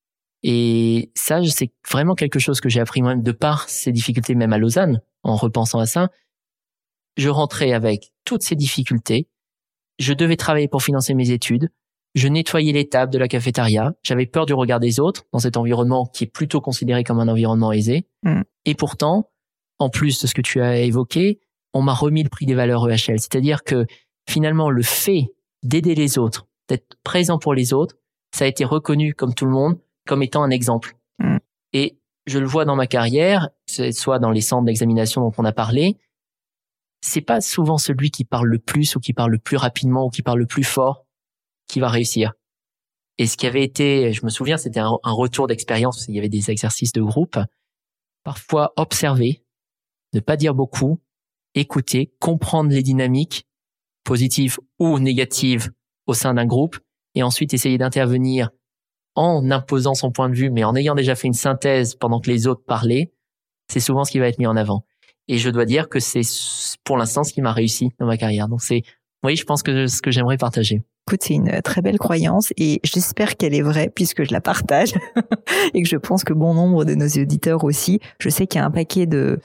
Et ça, c'est vraiment quelque chose que j'ai appris moi-même de par ces difficultés, même à Lausanne, en repensant à ça. Je rentrais avec toutes ces difficultés. Je devais travailler pour financer mes études. Je nettoyais les tables de la cafétéria. J'avais peur du regard des autres dans cet environnement qui est plutôt considéré comme un environnement aisé. Et pourtant, en plus de ce que tu as évoqué, on m'a remis le prix des valeurs EHL. C'est-à-dire que finalement, le fait d'aider les autres, d'être présent pour les autres, ça a été reconnu comme tout le monde, comme étant un exemple. Et je le vois dans ma carrière, soit dans les centres d'examination dont on a parlé, c'est pas souvent celui qui parle le plus ou qui parle le plus rapidement ou qui parle le plus fort qui va réussir. Et ce qui avait été, je me souviens, c'était un retour d'expérience, il y avait des exercices de groupe, parfois observer, ne pas dire beaucoup, écouter, comprendre les dynamiques positives ou négatives au sein d'un groupe et ensuite essayer d'intervenir en imposant son point de vue mais en ayant déjà fait une synthèse pendant que les autres parlaient, c'est souvent ce qui va être mis en avant. Et je dois dire que c'est pour l'instant ce qui m'a réussi dans ma carrière. Donc oui, je pense que ce que j'aimerais partager. Écoute, c'est une très belle croyance et j'espère qu'elle est vraie puisque je la partage et que je pense que bon nombre de nos auditeurs aussi. Je sais qu'il y a un paquet de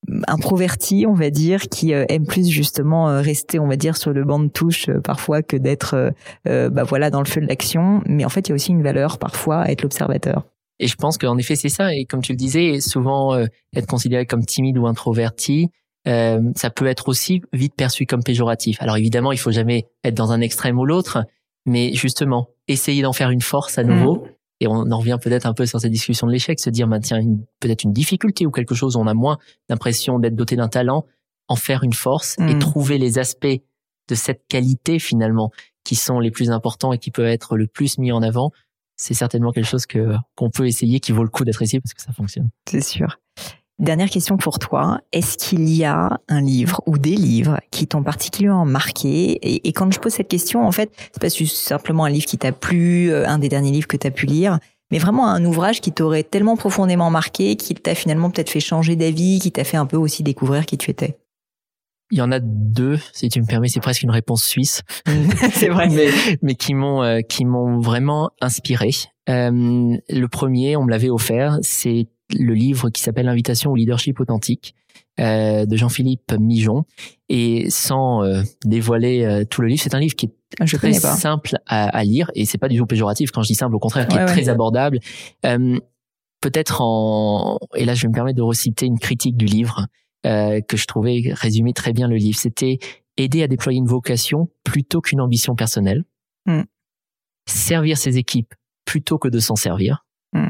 introvertis, on va dire, qui aiment plus justement rester, on va dire, sur le banc de touche parfois que d'être dans le feu de l'action. Mais en fait, il y a aussi une valeur parfois à être l'observateur. Et je pense qu'en effet, c'est ça. Et comme tu le disais, souvent être considéré comme timide ou introverti, ça peut être aussi vite perçu comme péjoratif. Alors évidemment, il faut jamais être dans un extrême ou l'autre, mais justement, essayer d'en faire une force à nouveau. Et on en revient peut-être un peu sur cette discussion de l'échec, se dire, tiens, peut-être une difficulté ou quelque chose où on a moins l'impression d'être doté d'un talent, en faire une force et trouver les aspects de cette qualité finalement qui sont les plus importants et qui peuvent être le plus mis en avant. C'est certainement quelque chose qu'on peut essayer, qui vaut le coup d'être essayé parce que ça fonctionne. C'est sûr. Dernière question pour toi. Est-ce qu'il y a un livre ou des livres qui t'ont particulièrement marqué? Et quand je pose cette question, en fait, c'est pas simplement un livre qui t'a plu, un des derniers livres que t'as pu lire, mais vraiment un ouvrage qui t'aurait tellement profondément marqué, qui t'a finalement peut-être fait changer d'avis, qui t'a fait un peu aussi découvrir qui tu étais. Il y en a 2, si tu me permets, c'est presque une réponse suisse. C'est vrai. mais qui m'ont vraiment inspiré. Le premier, on me l'avait offert, c'est le livre qui s'appelle Invitation au leadership authentique de Jean-Philippe Mijon. Et sans dévoiler tout le livre, c'est un livre qui est très simple à lire, et c'est pas du tout péjoratif quand je dis simple, au contraire, qui est très abordable. Peut-être et là je vais me permettre de reciter une critique du livre que je trouvais résumait très bien le livre. C'était aider à déployer une vocation plutôt qu'une ambition personnelle. Servir ses équipes plutôt que de s'en servir.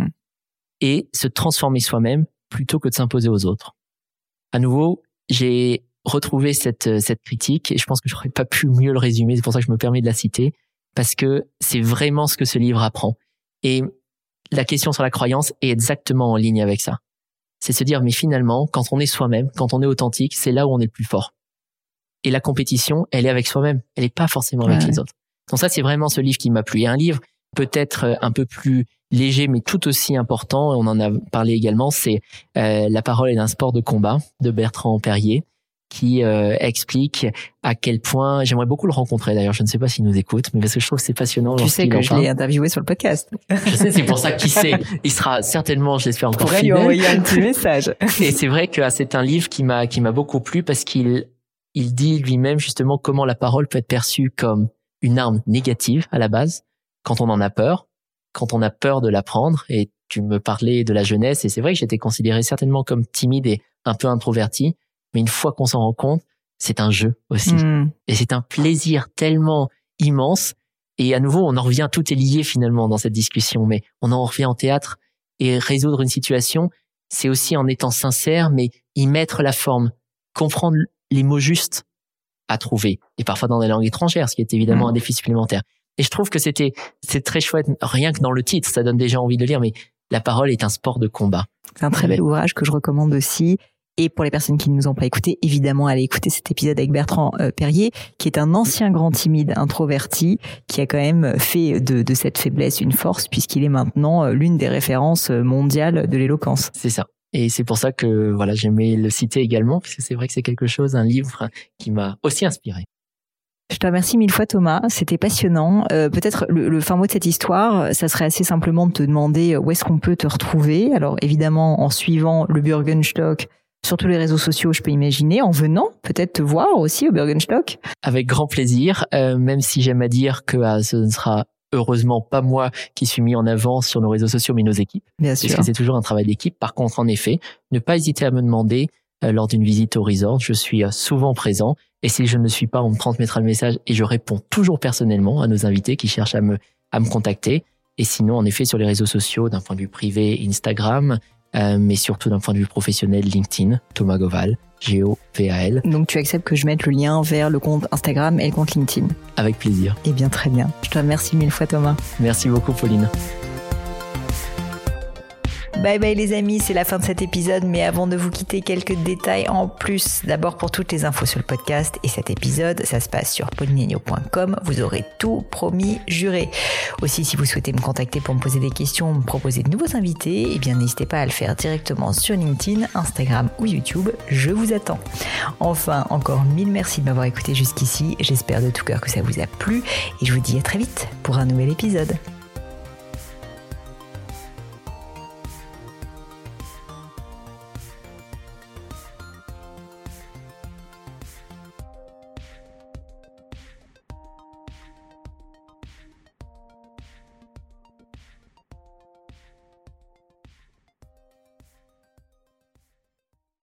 Et se transformer soi-même plutôt que de s'imposer aux autres. À nouveau, j'ai retrouvé cette critique et je pense que j'aurais pas pu mieux le résumer. C'est pour ça que je me permets de la citer, parce que c'est vraiment ce que ce livre apprend. Et la question sur la croyance est exactement en ligne avec ça. C'est se dire, mais finalement, quand on est soi-même, quand on est authentique, c'est là où on est le plus fort. Et la compétition, elle est avec soi-même. Elle n'est pas forcément avec les autres. Donc ça, c'est vraiment ce livre qui m'a plu. Et un livre peut-être un peu plus léger, mais tout aussi important, on en a parlé également, c'est La parole est un sport de combat de Bertrand Perrier, qui explique à quel point, j'aimerais beaucoup le rencontrer d'ailleurs, je ne sais pas s'il nous écoute, mais parce que je trouve que c'est passionnant. Tu sais que je l'ai interviewé sur le podcast. Je sais, c'est pour ça qu'il sait. Il sera certainement, je l'espère, encore fidèle. Lui envoyer un petit message. Et c'est vrai que c'est un livre qui m'a beaucoup plu parce qu'il dit lui-même justement comment la parole peut être perçue comme une arme négative à la base, quand on en a peur, quand on a peur de l'apprendre. Et tu me parlais de la jeunesse, et c'est vrai que j'étais considéré certainement comme timide et un peu introverti, mais une fois qu'on s'en rend compte, c'est un jeu aussi. Et c'est un plaisir tellement immense. Et à nouveau, on en revient, tout est lié finalement dans cette discussion, mais on en revient en théâtre. Et résoudre une situation, c'est aussi en étant sincère, mais y mettre la forme, comprendre les mots justes à trouver, et parfois dans des langues étrangères, ce qui est évidemment un défi supplémentaire. Et je trouve que c'est très chouette, rien que dans le titre, ça donne déjà envie de le lire, mais la parole est un sport de combat. C'est un très bel ouvrage que je recommande aussi. Et pour les personnes qui ne nous ont pas écoutés, évidemment, allez écouter cet épisode avec Bertrand Perrier, qui est un ancien grand timide introverti, qui a quand même fait de cette faiblesse une force, puisqu'il est maintenant l'une des références mondiales de l'éloquence. C'est ça. Et c'est pour ça que voilà, j'aimais le citer également, parce que c'est vrai que c'est quelque chose, un livre qui m'a aussi inspiré. Je te remercie 1000 fois Thomas, c'était passionnant. Peut-être le fin mot de cette histoire, ça serait assez simplement de te demander où est-ce qu'on peut te retrouver. Alors évidemment en suivant le Bürgenstock sur tous les réseaux sociaux, je peux imaginer, en venant peut-être te voir aussi au Bürgenstock. Avec grand plaisir, même si j'aime à dire que ce ne sera heureusement pas moi qui suis mis en avant sur nos réseaux sociaux, mais nos équipes. Bien sûr. Parce que c'est toujours un travail d'équipe. Par contre, en effet, ne pas hésiter à me demander lors d'une visite au resort. Je suis souvent présent. Et si je ne le suis pas, on me transmettra le message et je réponds toujours personnellement à nos invités qui cherchent à me contacter. Et sinon, en effet, sur les réseaux sociaux, d'un point de vue privé, Instagram, mais surtout d'un point de vue professionnel, LinkedIn, Thomas Goval, G-O-V-A-L. Donc tu acceptes que je mette le lien vers le compte Instagram et le compte LinkedIn? Avec plaisir. Eh bien, très bien. Je te remercie 1000 fois Thomas. Merci beaucoup Pauline. Bye bye les amis, c'est la fin de cet épisode, mais avant de vous quitter, quelques détails en plus. D'abord pour toutes les infos sur le podcast et cet épisode, ça se passe sur paulinegno.com, vous aurez tout promis, juré. Aussi, si vous souhaitez me contacter pour me poser des questions, me proposer de nouveaux invités, eh bien n'hésitez pas à le faire directement sur LinkedIn, Instagram ou YouTube, je vous attends. Enfin, encore 1000 merci de m'avoir écouté jusqu'ici, j'espère de tout cœur que ça vous a plu et je vous dis à très vite pour un nouvel épisode.